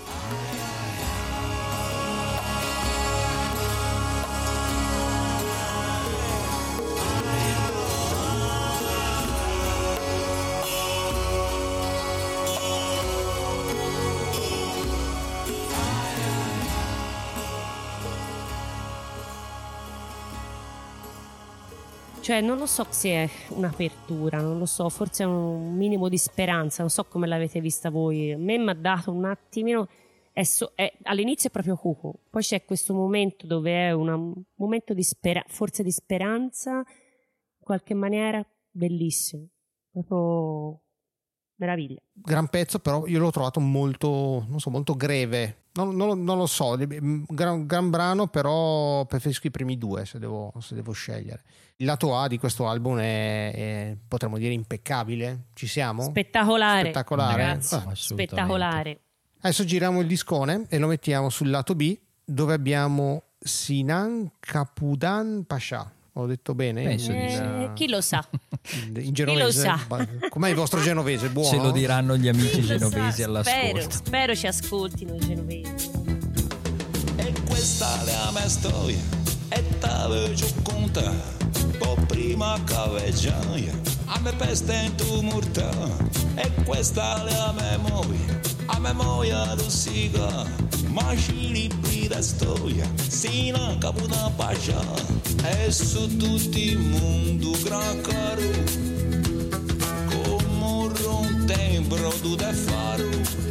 Cioè non lo so se è un'apertura, non lo so, forse è un minimo di speranza, non so come l'avete vista voi. A me mi ha dato un attimino, all'inizio è proprio cupo, poi c'è questo momento dove è un momento di forse di speranza, in qualche maniera bellissimo, proprio meraviglia. Gran pezzo, però io l'ho trovato molto, non so, molto greve. Non lo so, gran brano, però preferisco i primi due se devo scegliere. Il lato A di questo album è potremmo dire impeccabile. Ci siamo? Spettacolare. Ragazzi, spettacolare. Adesso giriamo il discone e lo mettiamo sul lato B, dove abbiamo Sinan Kapudan Pasha. Ho detto bene? Penso di sì. Chi lo sa? In genovese? Chi lo sa? Com'è il vostro genovese? Buono? Ce lo diranno gli amici Chi lo genovesi sa? all'ascolto. Spero ci ascoltino i genovesi. E questa è la mia storia e t'avevo contato un po' prima che veggiaia a me peste in tumulto. E questa è la memoria d'ussica ma ci libri da storia sino a Caputa Pasha e su tutto il mondo gran caro come un tempio tu te faro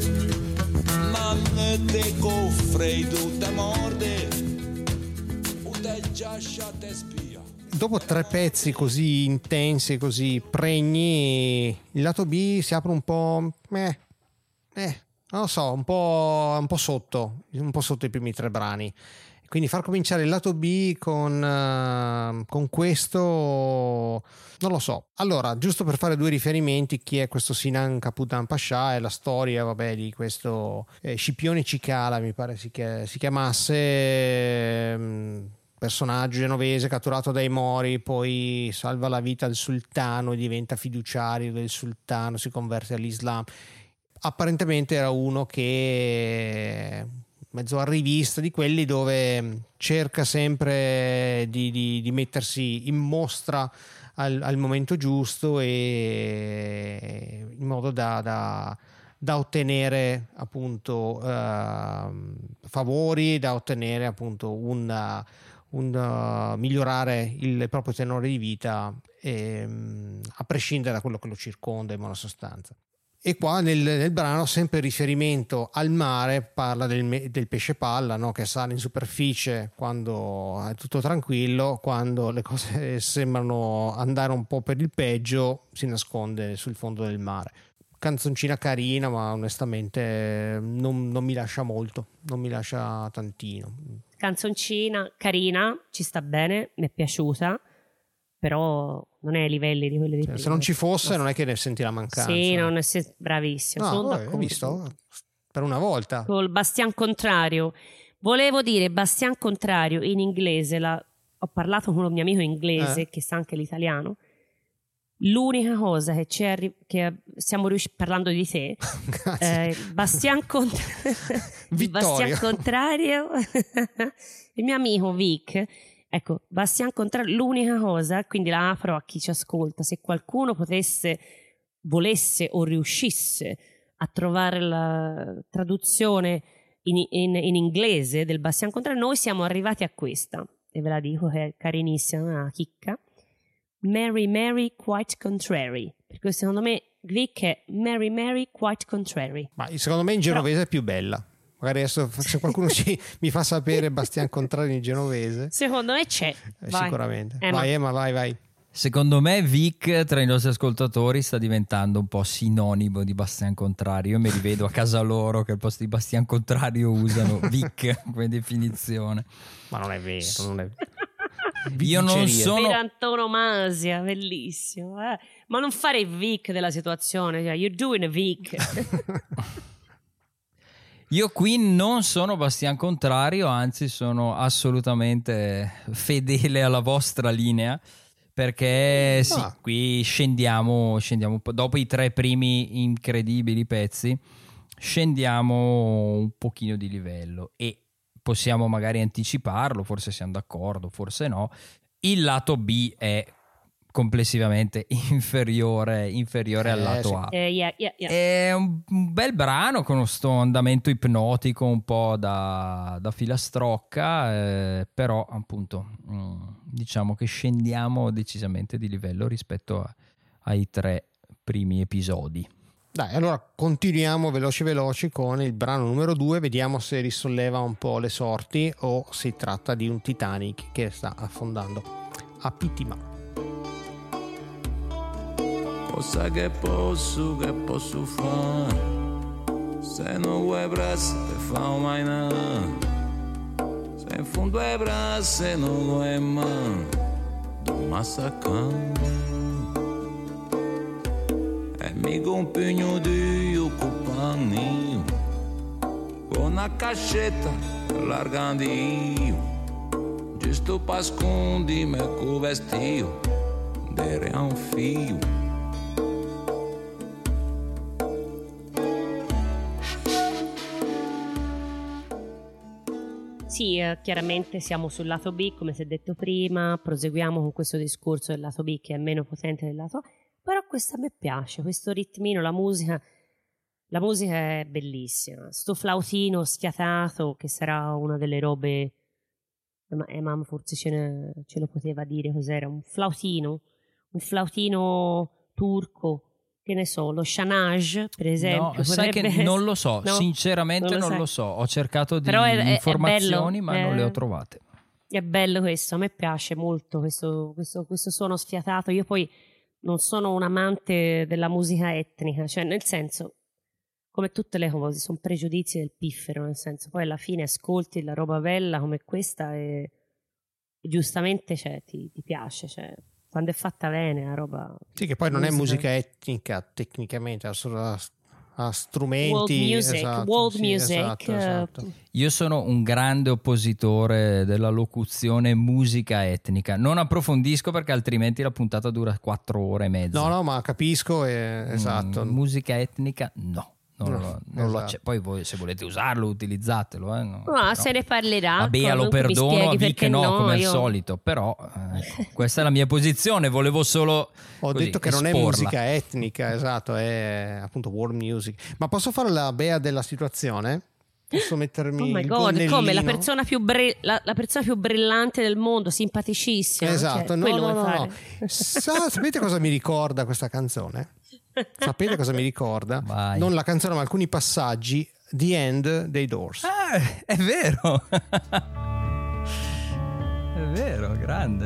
nanne te freddo te morde o te giascia te spia. Dopo 3 pezzi così intensi, così pregni, il lato B si apre un po' non lo so, un po' sotto i primi 3 brani. Quindi far cominciare il lato B con questo, non lo so. Allora, giusto per fare 2 riferimenti, chi è questo Sinan Kaputan Pasha? È la storia, vabbè, di questo Scipione Cicala, mi pare si chiamasse, personaggio genovese catturato dai Mori, poi salva la vita del sultano, diventa fiduciario del sultano, si converte all'Islam. Apparentemente era uno che mezzo arrivista di quelli dove cerca sempre di mettersi in mostra al momento giusto e in modo da ottenere appunto favori, da ottenere appunto un migliorare il proprio tenore di vita a prescindere da quello che lo circonda in buona sostanza. E qua nel brano sempre riferimento al mare, parla del pesce palla, no? Che sale in superficie quando è tutto tranquillo, quando le cose sembrano andare un po' per il peggio si nasconde sul fondo del mare. Canzoncina carina, ma onestamente non mi lascia molto, non mi lascia tantino. Canzoncina carina, ci sta bene, mi è piaciuta, però non è ai livelli di quelle di prima. Se non ci fosse non è che ne senti la mancanza. Sì, non è bravissimo. No, hai visto? Per una volta. Col Bastian Contrario. Volevo dire Bastian Contrario in inglese, ho parlato con un mio amico inglese che sa anche l'italiano. L'unica cosa che stiamo parlando di te, Bastian Contrario, il mio amico Vic. Ecco, Bastian Contrario, l'unica cosa, quindi la apro a chi ci ascolta, se qualcuno volesse o riuscisse a trovare la traduzione in inglese del Bastian Contrario, noi siamo arrivati a questa, e ve la dico che è carinissima, una chicca. Mary Mary Quite Contrary, perché secondo me Vic è Mary Mary Quite Contrary. Ma secondo me in genovese è più bella. Magari adesso se qualcuno mi fa sapere Bastian Contrario in genovese. Secondo me c'è. Sicuramente. Vai Emma, vai. Secondo me Vic tra i nostri ascoltatori sta diventando un po' sinonimo di Bastian Contrario. Io mi rivedo a casa loro che al posto di Bastian Contrario usano Vic come definizione. Ma non è vero, non è vero. Io non sono per antonomasia, bellissimo. Ma non fare il Vic della situazione, cioè, you're doing a Vic. Io qui non sono Bastian Contrario, anzi sono assolutamente fedele alla vostra linea, perché sì, qui scendiamo un po', dopo i 3 primi incredibili pezzi scendiamo un pochino di livello e possiamo magari anticiparlo, forse siamo d'accordo, forse no. Il lato B è complessivamente inferiore al lato A. Yeah. È un bel brano con sto andamento ipnotico un po' da filastrocca, però appunto diciamo che scendiamo decisamente di livello rispetto ai 3 primi episodi. Dai, allora continuiamo veloci con il brano numero 2, vediamo se risolleva un po' le sorti o si tratta di un Titanic che sta affondando a Pittima. Cosa che posso fare? Se non vuoi braccia te fa mai nada. Se in fondo ai braccia non vuoi mai do massacrare. E mi compagno di compagnia con una cascetta largando io. Giusto per nascondermi col vestito dere a un fio. Sì, chiaramente siamo sul lato B, come si è detto prima, proseguiamo con questo discorso del lato B che è meno potente del lato A, però questo a me piace, questo ritmino, la musica è bellissima, sto flautino sfiatato che sarà una delle robe, mamma forse ce lo poteva dire cos'era, un flautino turco, che ne so, lo Shanaj per esempio. No, sai che non lo so, no, sinceramente non lo so, ho cercato di però informazioni è bello, ma non le ho trovate. È bello questo, a me piace molto questo suono sfiatato. Io poi non sono un amante della musica etnica, cioè nel senso, come tutte le cose, sono pregiudizi del piffero, nel senso, poi alla fine ascolti la roba bella come questa e giustamente ti piace, cioè quando è fatta bene la roba. Sì, che poi non è musica etnica tecnicamente, ha solo a strumenti. World music. Esatto. Io sono un grande oppositore della locuzione musica etnica. Non approfondisco perché altrimenti la puntata dura 4 ore e mezza. No, ma capisco, esatto. Musica etnica no. Non lo esatto. Poi voi se volete usarlo utilizzatelo, no, se ne parlerà. A Bea lo perdono, a Vic no, come al solito. Però questa è la mia posizione. Volevo solo detto che esporla. Non è musica etnica, esatto, è appunto world music. Ma posso fare la Bea della situazione? Posso mettermi il gonnellino? Come la persona più brillante del mondo, simpaticissima. Esatto, cioè, no. Sapete cosa mi ricorda questa canzone? Sapete cosa mi ricorda? Vai. Non la canzone, ma alcuni passaggi. The End dei Doors. È vero. È vero, grande.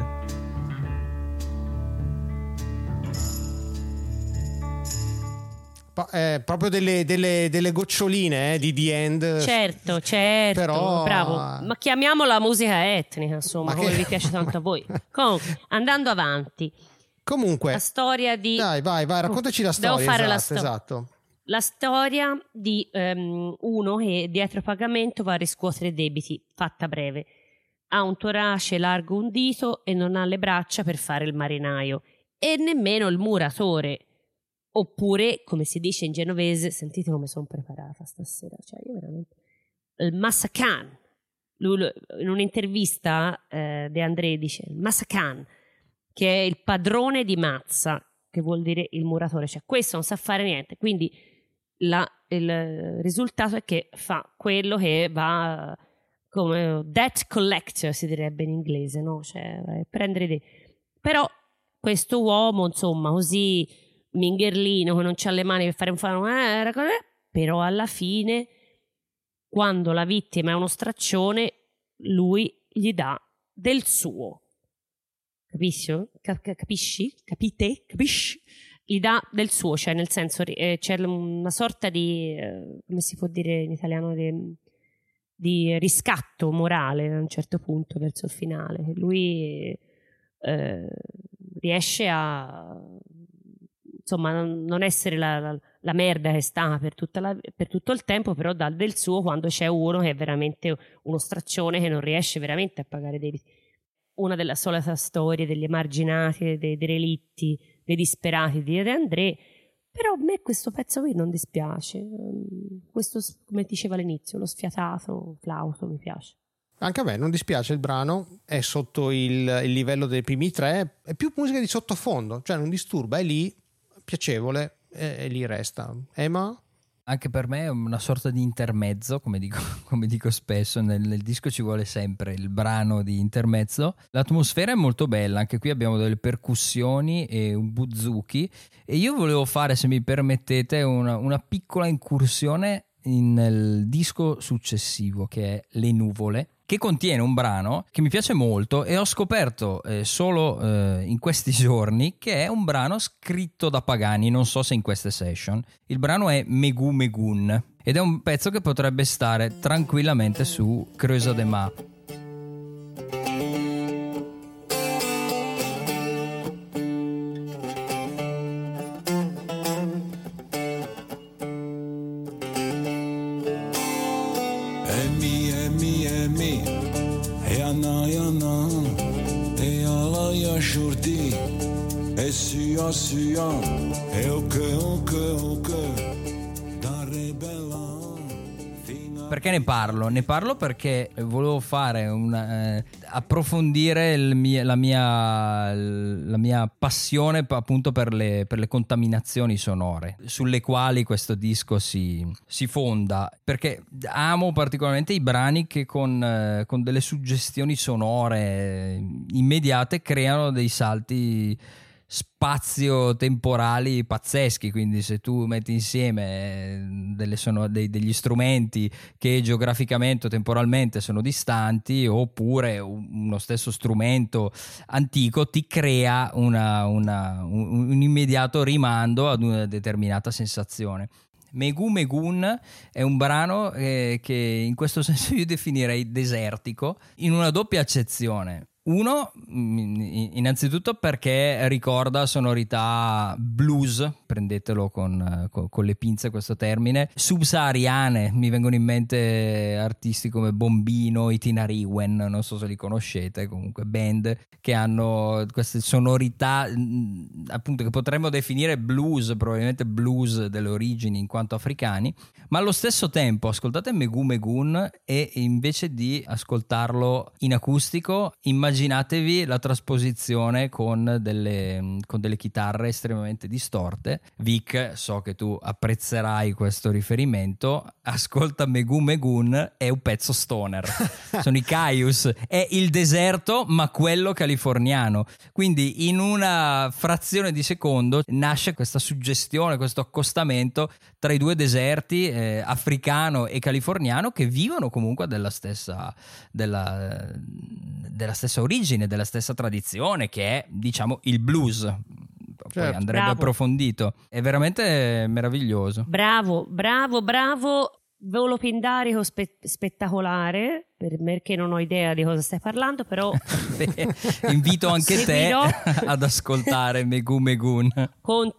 Proprio delle goccioline di The End. Certo, però... bravo. Ma chiamiamola musica etnica, insomma, come vi piace tanto a voi. Comunque, andando avanti. Comunque, la storia di... Dai, vai, raccontaci la storia. Devo fare esatto. La storia di uno che dietro pagamento va a riscuotere debiti, fatta breve. Ha un torace largo un dito e non ha le braccia per fare il marinaio e nemmeno il muratore. Oppure, come si dice in genovese, sentite come sono preparata stasera, cioè io veramente... Il Massacan. Lui, in un'intervista De André dice il Massacan, che è il padrone di mazza, che vuol dire il muratore, cioè questo non sa fare niente, quindi il risultato è che fa quello che va come debt collector, si direbbe in inglese, no? Cioè prendere però questo uomo, insomma, così mingherlino, che non c'ha le mani per fare un però alla fine, quando la vittima è uno straccione, lui gli dà del suo. Capisci? Capite? Capisci? Gli dà del suo, cioè nel senso c'è una sorta di come si può dire in italiano di riscatto morale a un certo punto verso il finale. Lui riesce a insomma non essere la merda che sta per tutto il tempo, però dà del suo quando c'è uno che è veramente uno straccione che non riesce veramente a pagare dei debiti. Una della solita storia degli emarginati, dei derelitti, dei disperati di De André, però a me questo pezzo qui non dispiace, questo, come diceva all'inizio, lo sfiatato flauto mi piace. Anche a me non dispiace il brano, è sotto il livello dei primi 3, è più musica di sottofondo, cioè non disturba, è lì, piacevole e lì resta. Emma? Anche per me è una sorta di intermezzo, come dico spesso, nel disco ci vuole sempre il brano di intermezzo. L'atmosfera è molto bella, anche qui abbiamo delle percussioni e un buzuki, e io volevo fare, se mi permettete, una piccola incursione nel disco successivo, che è Le Nuvole, che contiene un brano che mi piace molto e ho scoperto solo in questi giorni che è un brano scritto da Pagani, non so se in queste session. Il brano è Megu Megun ed è un pezzo che potrebbe stare tranquillamente su Creusa de Ma. Perché ne parlo? Ne parlo perché volevo fare approfondire la mia passione appunto per le contaminazioni sonore, sulle quali questo disco si fonda, perché amo particolarmente i brani che con delle suggestioni sonore immediate creano dei salti spazio-temporali pazzeschi. Quindi se tu metti insieme degli strumenti che geograficamente o temporalmente sono distanti, oppure uno stesso strumento antico, ti crea un immediato rimando ad una determinata sensazione. Megu Megun è un brano che in questo senso io definirei desertico, in una doppia accezione. Uno, innanzitutto perché ricorda sonorità blues, prendetelo con le pinze questo termine, subsahariane. Mi vengono in mente artisti come Bombino, i Tinariwen, non so se li conoscete, comunque band che hanno queste sonorità appunto che potremmo definire blues, probabilmente blues delle origini in quanto africani, ma allo stesso tempo ascoltate Megu Megun e invece di ascoltarlo in acustico immaginatevi la trasposizione con delle chitarre estremamente distorte. Vic, so che tu apprezzerai questo riferimento, ascolta Megu Megun, è un pezzo stoner. Sono i Caius, è il deserto ma quello californiano, quindi in una frazione di secondo nasce questa suggestione, questo accostamento tra i due deserti, africano e californiano, che vivono comunque della stessa origine, della stessa tradizione, che è, diciamo, il blues. Poi andrebbe Bravo. approfondito. È veramente meraviglioso. Bravo. Volo pindarico spettacolare, perché non ho idea di cosa stai parlando, però Invito anche Seguirò. te ad ascoltare Megu Megun. con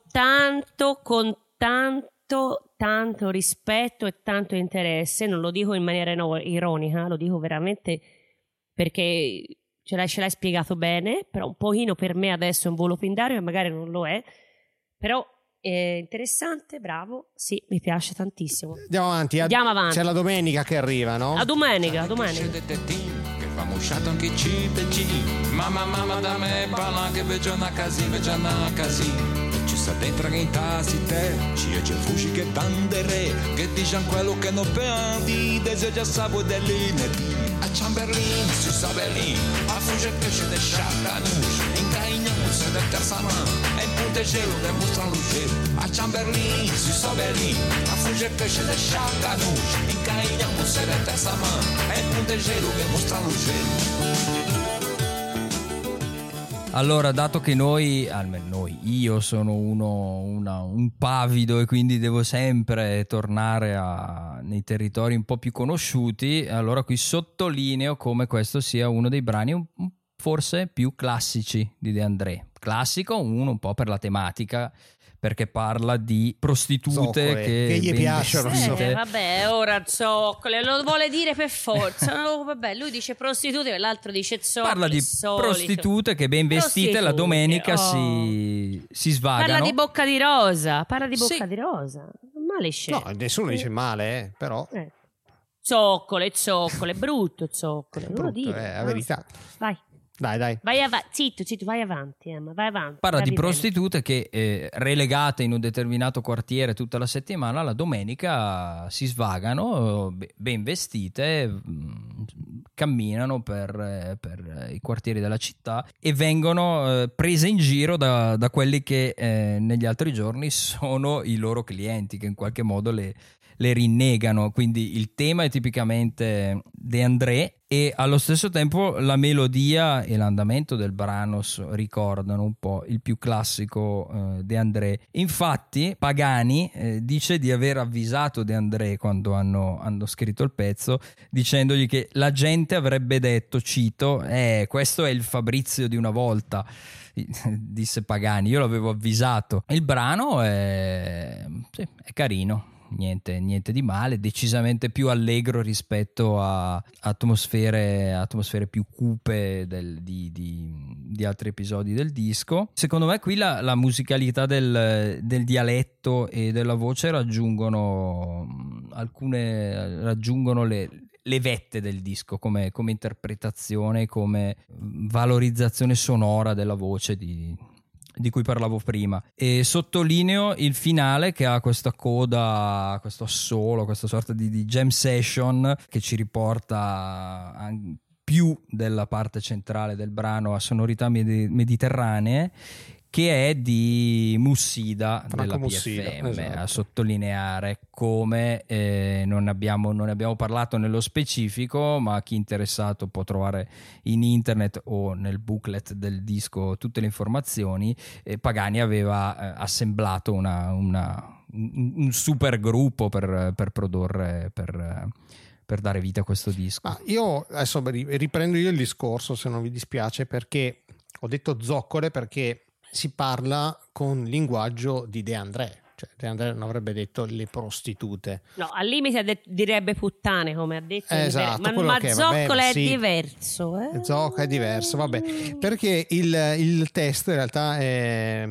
tanto rispetto e tanto interesse. Non lo dico in maniera ironica, lo dico veramente perché ce l'hai spiegato bene, però un pochino per me adesso è un volo pindario e magari non lo è, però è interessante, bravo, sì, mi piace tantissimo. Andiamo avanti. C'è la domenica che arriva, no? A domenica. Che fa mosciato anche mamma da me parla che vejo na casi ci sta dentro che intasi te ci fusci che tandere che dician quello che non perdi deseja sabo dell'inedì a Chamberlain su Sabelin a fugge che c'è de Chatanouche in caigna se de terza mano e il punte gelo demostra luce a Chamberlain su Sabelin a fugge che c'è de Chatanouche in caigna se de terza mano e il punte gelo demostra luce. Allora, dato che io sono un pavido e quindi devo sempre tornare nei territori un po' più conosciuti, allora qui sottolineo come questo sia uno dei brani forse più classici di De André. Classico, uno un po' per la tematica, perché parla di prostitute Zoccole, che gli ben piacciono. vestite. Vabbè, ora zoccole, lo vuole dire per forza. No, vabbè, lui dice prostitute e l'altro dice zoccole. Parla di prostitute che ben vestite la domenica si svagano. Parla di Bocca di Rosa. Sì. Di Rosa. Non male scelto. No, nessuno dice male, però Zoccole, brutto zoccole. Non lo brutto, dire. è la verità. Vai. Dai. Vai avanti, zitto, vai avanti, Emma, vai avanti. Parla di Stavi bene. prostitute che relegate in un determinato quartiere tutta la settimana, la domenica si svagano ben vestite, camminano per i quartieri della città e vengono prese in giro da quelli che negli altri giorni sono i loro clienti, che in qualche modo le rinnegano. Quindi il tema è tipicamente De André, e allo stesso tempo la melodia e l'andamento del brano ricordano un po' il più classico De André. Infatti Pagani dice di aver avvisato De André quando hanno scritto il pezzo, dicendogli che la gente avrebbe detto, cito, questo è il Fabrizio di una volta, disse Pagani, io l'avevo avvisato. Il brano è carino, niente di male, decisamente più allegro rispetto a atmosfere più cupe di altri episodi del disco. Secondo me qui la musicalità del dialetto e della voce raggiungono le vette del disco come interpretazione, come valorizzazione sonora della voce di cui parlavo prima. E sottolineo il finale che ha questa coda, questo assolo, questa sorta di jam session che ci riporta più della parte centrale del brano a sonorità mediterranee, che è di Mussida della PFM, esatto. A sottolineare come non abbiamo parlato nello specifico, ma chi è interessato può trovare in internet o nel booklet del disco tutte le informazioni. Pagani aveva assemblato un super gruppo per produrre, per dare vita a questo disco. Io adesso riprendo il discorso, se non vi dispiace, perché ho detto zoccole perché si parla con linguaggio di De André, cioè De André non avrebbe detto le prostitute, no, al limite direbbe puttane, come ha detto, esatto, ma zoccola è diverso, zoccola è diverso, vabbè, perché il testo in realtà è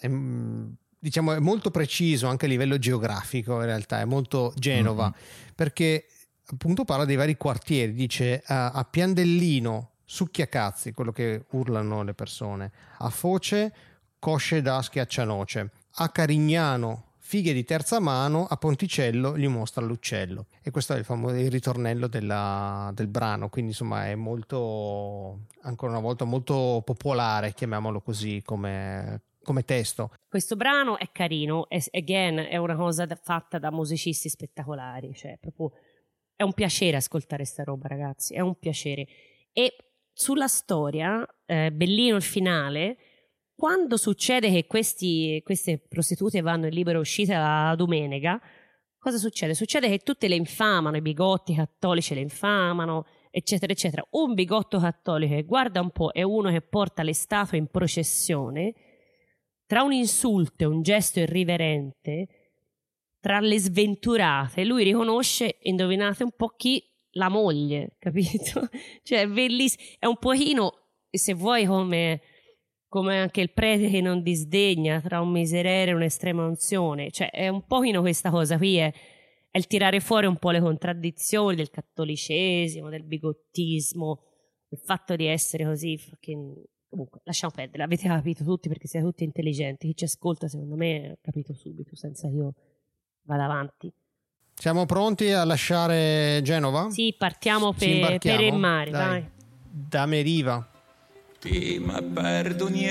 diciamo è molto preciso anche a livello geografico, in realtà è molto Genova, perché appunto parla dei vari quartieri, dice a Piandellino succhiacazzi, quello che urlano le persone, a Foce cosce da schiaccianoce, a Carignano fighe di terza mano, a Ponticello gli mostra l'uccello. E questo è il ritornello del brano, quindi insomma è molto, ancora una volta molto popolare, chiamiamolo così, come testo. Questo brano è carino, è una cosa fatta da musicisti spettacolari, cioè proprio è un piacere ascoltare sta roba, ragazzi, è un piacere. E sulla storia, bellino il finale, quando succede che queste prostitute vanno in libera uscita la domenica, cosa succede? Succede che tutte le infamano, i bigotti cattolici le infamano, eccetera, eccetera. Un bigotto cattolico che guarda un po' è uno che porta le statue in processione, tra un insulto e un gesto irriverente, tra le sventurate, lui riconosce, indovinate un po' chi? La moglie, capito? Cioè è bellissimo, è un pochino, se vuoi, come anche il prete che non disdegna, tra un miserere e un'estrema unzione, cioè è un pochino questa cosa qui, è il tirare fuori un po' le contraddizioni del cattolicesimo, del bigottismo, il fatto di essere così, comunque lasciamo perdere, avete capito tutti perché siete tutti intelligenti, chi ci ascolta secondo me ha capito subito senza che io vada avanti. Siamo pronti a lasciare Genova? Sì, partiamo per il mare, vai. Da Meriva. Ti ma perdoniamo,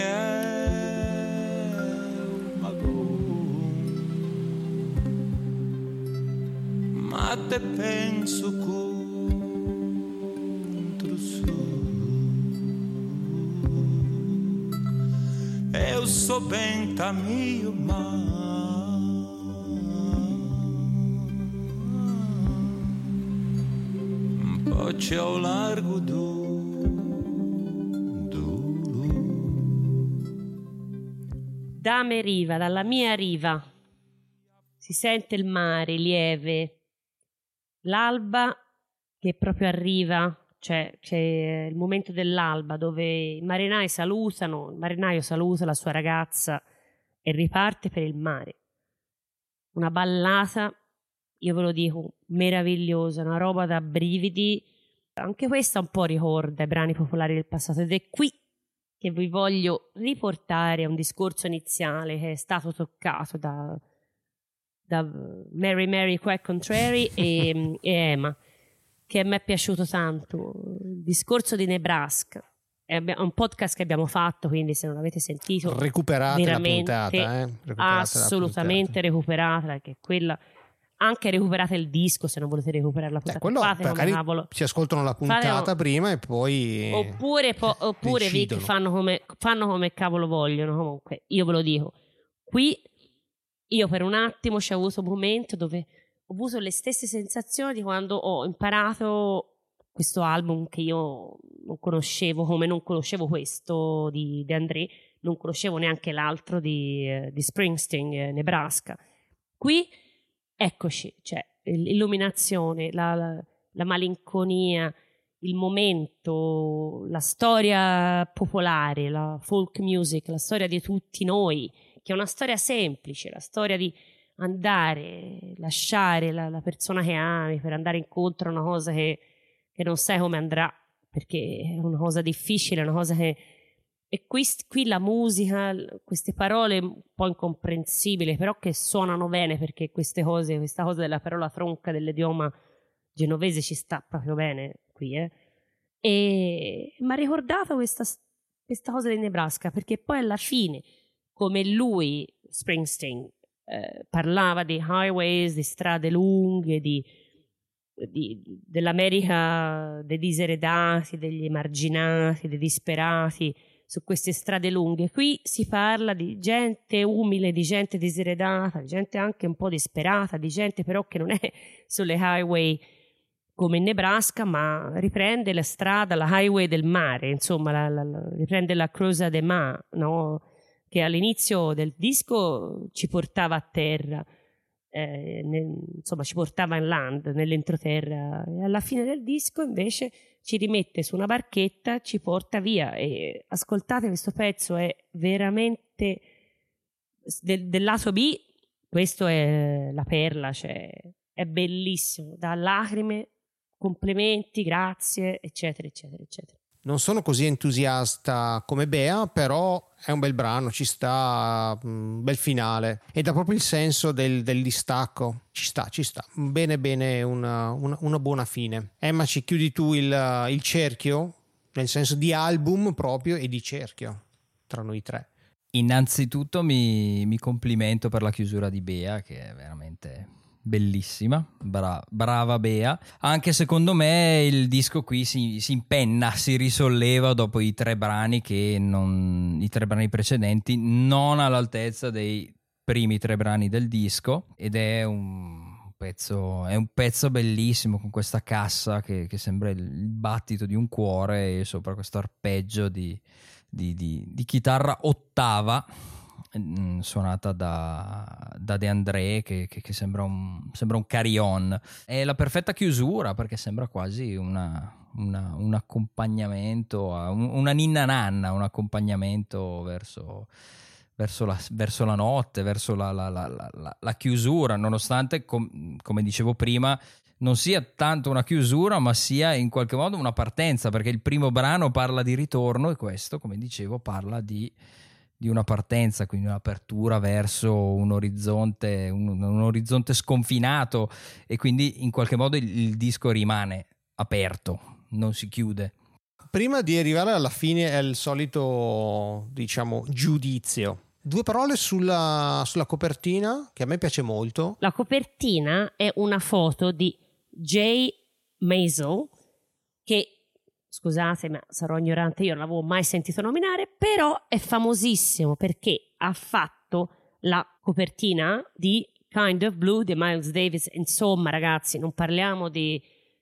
ma te penso contro su. Eu so ben mio ma c'è un largo da Meriva, dalla mia riva si sente il mare lieve, l'alba che proprio arriva, cioè c'è il momento dell'alba dove il marinaio saluta la sua ragazza e riparte per il mare. Una ballata, io ve lo dico, meravigliosa, una roba da brividi. Anche questa un po' ricorda i brani popolari del passato ed è qui che vi voglio riportare a un discorso iniziale che è stato toccato da Mary Quack Contrary e Emma, che a me è piaciuto tanto. Il discorso di Nebraska è un podcast che abbiamo fatto, quindi se non l'avete sentito recuperate la puntata, assolutamente recuperatela, perché quella anche recuperate il disco se non volete recuperare la puntata. Quello fate come magari cavolo. si ascoltano la puntata prima e poi oppure Vic fanno come cavolo vogliono. Comunque io ve lo dico, qui io per un attimo c'è avuto un momento dove ho avuto le stesse sensazioni di quando ho imparato questo album che io non conoscevo, come non conoscevo questo di De André, non conoscevo neanche l'altro di Springsteen, Nebraska. Qui eccoci, cioè l'illuminazione, la malinconia, il momento, la storia popolare, la folk music, la storia di tutti noi, che è una storia semplice, la storia di andare, lasciare la persona che ami per andare incontro a una cosa che non sai come andrà, perché è una cosa difficile, è una cosa che... E qui la musica, queste parole un po' incomprensibili, però che suonano bene, perché questa cosa della parola tronca dell'idioma genovese ci sta proprio bene qui, E mi ha ricordato questa cosa di Nebraska, perché poi alla fine, come lui, Springsteen, parlava di highways, di strade lunghe, dell'America dei diseredati, degli emarginati, dei disperati, su queste strade lunghe. Qui si parla di gente umile, di gente diseredata, di gente anche un po' disperata, di gente però che non è sulle highway come in Nebraska, ma riprende la strada, la highway del mare, insomma, riprende la Croisade des Mers, no? Che all'inizio del disco ci portava a terra, insomma ci portava in land, nell'entroterra, e alla fine del disco invece ci rimette su una barchetta, ci porta via. E ascoltate questo pezzo, è veramente del lato B, questo è la perla, cioè è bellissimo, da lacrime, complimenti, grazie, eccetera eccetera eccetera. Non sono così entusiasta come Bea, però è un bel brano, ci sta, un bel finale e dà proprio il senso del distacco. Ci sta. Bene, una buona fine. Emma, ci chiudi tu il cerchio, nel senso di album proprio e di cerchio tra noi tre. Innanzitutto mi complimento per la chiusura di Bea, che è veramente bellissima, brava Bea. Anche secondo me il disco qui si impenna, si risolleva dopo i tre brani i tre brani precedenti, non all'altezza dei primi tre brani del disco, ed è un pezzo bellissimo, con questa cassa che sembra il battito di un cuore, e sopra questo arpeggio di chitarra ottava suonata da De André, che sembra un carillon. È la perfetta chiusura, perché sembra quasi un accompagnamento, una ninna nanna, un accompagnamento verso la notte, verso la chiusura, nonostante come dicevo prima non sia tanto una chiusura, ma sia in qualche modo una partenza, perché il primo brano parla di ritorno e questo, come dicevo, parla di una partenza, quindi un'apertura verso un orizzonte sconfinato, e quindi in qualche modo il disco rimane aperto, non si chiude. Prima di arrivare alla fine è il solito, diciamo, giudizio. Due parole sulla copertina, che a me piace molto. La copertina è una foto di Jay Maisel, che, scusate ma sarò ignorante, io non l'avevo mai sentito nominare, però è famosissimo perché ha fatto la copertina di Kind of Blue di Miles Davis. Insomma ragazzi, non parliamo di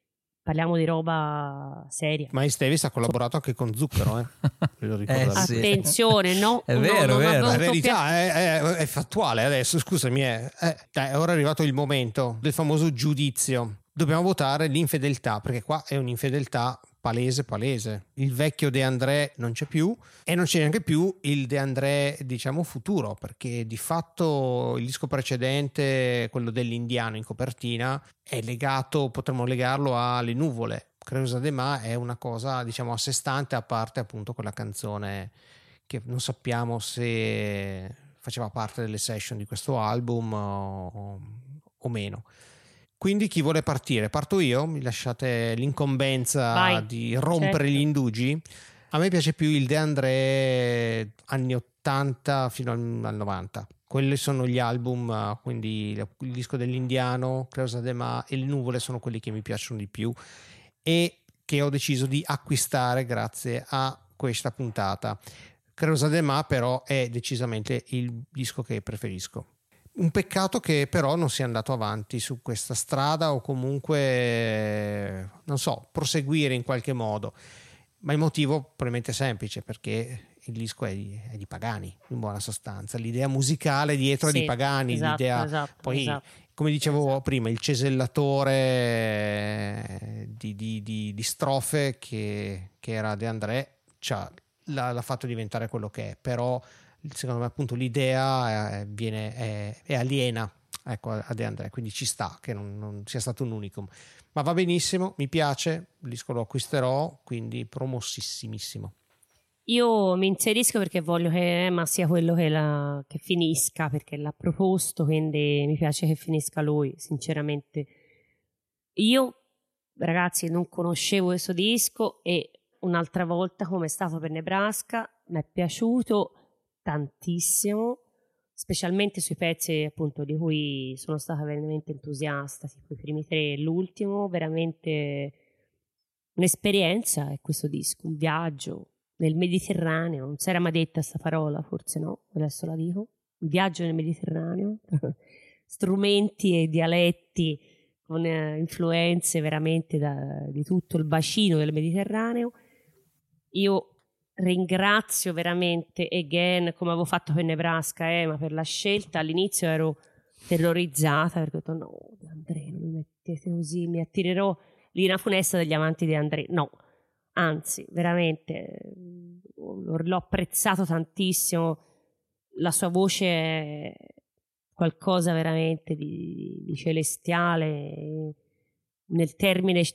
roba seria. Miles Davis ha collaborato anche con Zucchero, sì. Attenzione, no? È vero. La verità è fattuale adesso, scusami. Ora è arrivato il momento del famoso giudizio. Dobbiamo votare l'infedeltà, perché qua è un'infedeltà palese. Il vecchio De André non c'è più, e non c'è neanche più il De André, diciamo, futuro, perché di fatto il disco precedente, quello dell'indiano in copertina, è legato, potremmo legarlo alle nuvole. Croisade des Mers è una cosa, diciamo, a sé stante, a parte appunto quella canzone che non sappiamo se faceva parte delle session di questo album o meno. Quindi chi vuole partire? Parto io? Mi lasciate l'incombenza. Vai, di rompere, certo, gli indugi? A me piace più il De André anni 80 fino al 90. Quelli sono gli album, quindi il disco dell'Indiano, Creusa de Mar e Le Nuvole sono quelli che mi piacciono di più e che ho deciso di acquistare grazie a questa puntata. Creusa de Mar però è decisamente il disco che preferisco. Un peccato che però non sia andato avanti su questa strada o comunque, non so, proseguire in qualche modo. Ma il motivo probabilmente semplice, perché il disco è di Pagani, in buona sostanza. L'idea musicale dietro è di Pagani, l'idea poi, come dicevo prima, il cesellatore di strofe che era De André l'ha fatto diventare quello che è, però secondo me appunto l'idea è aliena, ecco, a De André, quindi ci sta che non sia stato un unicum, ma va benissimo, mi piace, il disco lo acquisterò, quindi promosissimissimo. Io mi inserisco perché voglio che Emma sia quello che finisca, perché l'ha proposto, quindi mi piace che finisca lui, sinceramente. Io, ragazzi, non conoscevo questo disco e un'altra volta, come è stato per Nebraska, mi è piaciuto tantissimo, specialmente sui pezzi appunto di cui sono stata veramente entusiasta, tipo i primi 3 e l'ultimo, veramente un'esperienza è questo disco, un viaggio nel Mediterraneo. Non si era mai detta sta parola, forse no, adesso la dico, un viaggio nel Mediterraneo, strumenti e dialetti con influenze veramente di tutto il bacino del Mediterraneo. Io ringrazio veramente again, come avevo fatto per Nebraska, ma per la scelta. All'inizio ero terrorizzata perché ho detto no, De André, non mi mettete così, mi attirerò l'ira funesta degli amanti di André. No, anzi, veramente l'ho apprezzato tantissimo, la sua voce è qualcosa veramente di celestiale, nel termine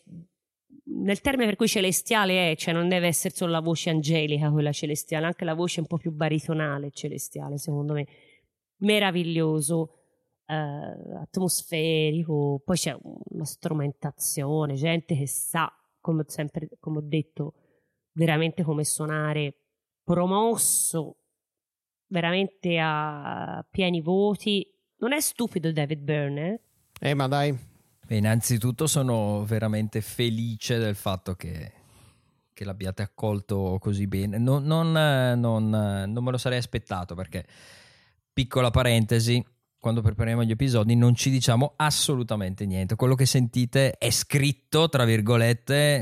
per cui celestiale è, cioè non deve essere solo la voce angelica quella celestiale, anche la voce un po' più baritonale celestiale, secondo me meraviglioso, atmosferico. Poi c'è una strumentazione, gente che sa, come sempre, come ho detto, veramente come suonare, promosso veramente a pieni voti. Non è stupido David Byrne, ma dai. Innanzitutto sono veramente felice del fatto che l'abbiate accolto così bene. Non me lo sarei aspettato, perché, piccola parentesi, quando prepariamo gli episodi non ci diciamo assolutamente niente. Quello che sentite è scritto, tra virgolette,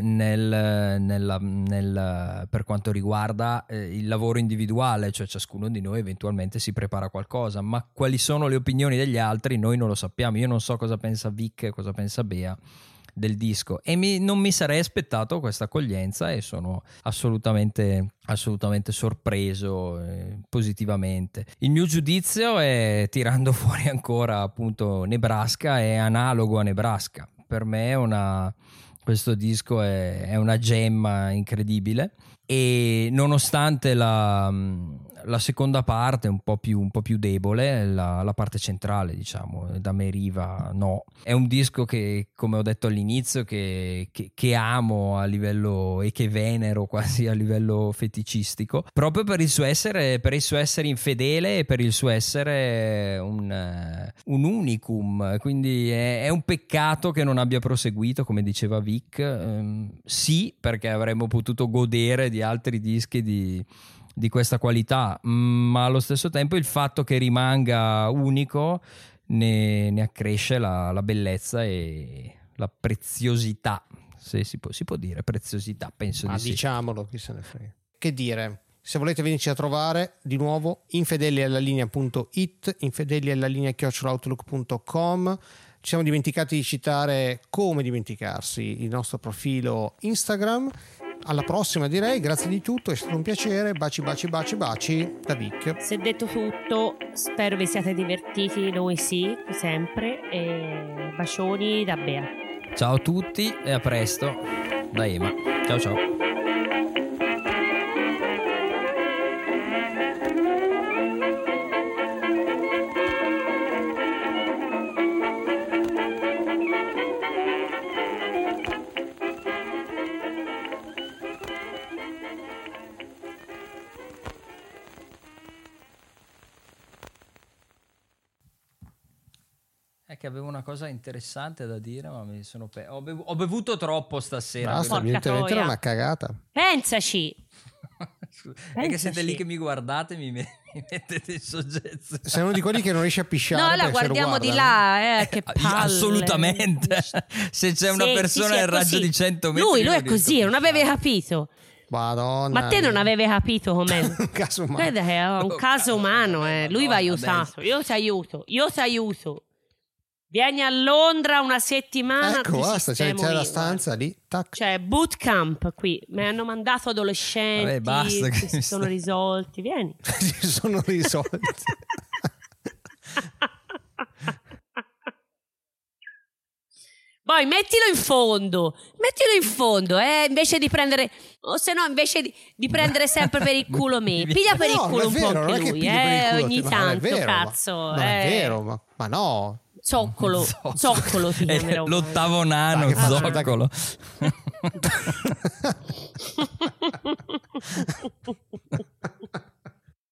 per quanto riguarda il lavoro individuale, cioè ciascuno di noi eventualmente si prepara qualcosa, ma quali sono le opinioni degli altri noi non lo sappiamo. Io non so cosa pensa Vic, cosa pensa Bea del disco, e non mi sarei aspettato questa accoglienza, e sono assolutamente sorpreso positivamente. Il mio giudizio è, tirando fuori ancora appunto Nebraska, è analogo a Nebraska. Per me questo disco è una gemma incredibile, e nonostante la seconda parte un po' più debole, la parte centrale, diciamo, da Meriva no, è un disco che, come ho detto all'inizio, che amo a livello, e che venero quasi a livello feticistico, proprio per il suo essere infedele e per il suo essere un unicum. Quindi è un peccato che non abbia proseguito, come diceva Vic. Sì, perché avremmo potuto godere di altri dischi di questa qualità, ma allo stesso tempo il fatto che rimanga unico ne accresce la bellezza e la preziosità, se si può dire preziosità, penso di sì. Diciamolo, chi se ne frega. Che dire, se volete venirci a trovare di nuovo, infedeliallalinea.it, infedeliallalinea@outlook.com. Ci siamo dimenticati di citare, come dimenticarsi, il nostro profilo Instagram. Alla prossima, direi. Grazie di tutto, è stato un piacere. Baci da Vic. Si è detto tutto, spero vi siate divertiti, noi sì, sempre, e bacioni da Bea. Ciao a tutti e a presto da Ema. Ciao. che avevo una cosa interessante da dire, ma mi sono ho bevuto troppo stasera. Basta, evidentemente era una cagata. Pensaci. È che siete lì che mi guardate, mi mettete in soggezione. Sei uno di quelli che non riesce a pisciare. No, la guardiamo di là, che palle. Assolutamente. Se c'è una persona nel raggio di 100 metri. Lui è così, non avevi capito. Madonna. Ma te non avevi capito com'è? Un caso umano. Guarda che è un caso umano, Lui va aiutato. Io ti aiuto. Vieni a Londra una settimana. Ecco, basta, c'è la stanza lì. Tac. C'è bootcamp qui. Mi hanno mandato adolescenti. Vabbè, basta, che si sono risolti. Vieni. Si sono risolti. Poi mettilo in fondo, invece di prendere, o se no invece di prendere sempre per il culo me, piglia per il culo un po' anche lui, ogni tanto, cazzo. Non è vero, ma no. Zoccolo ti chiamerò. L'ottavo nano, zoccolo.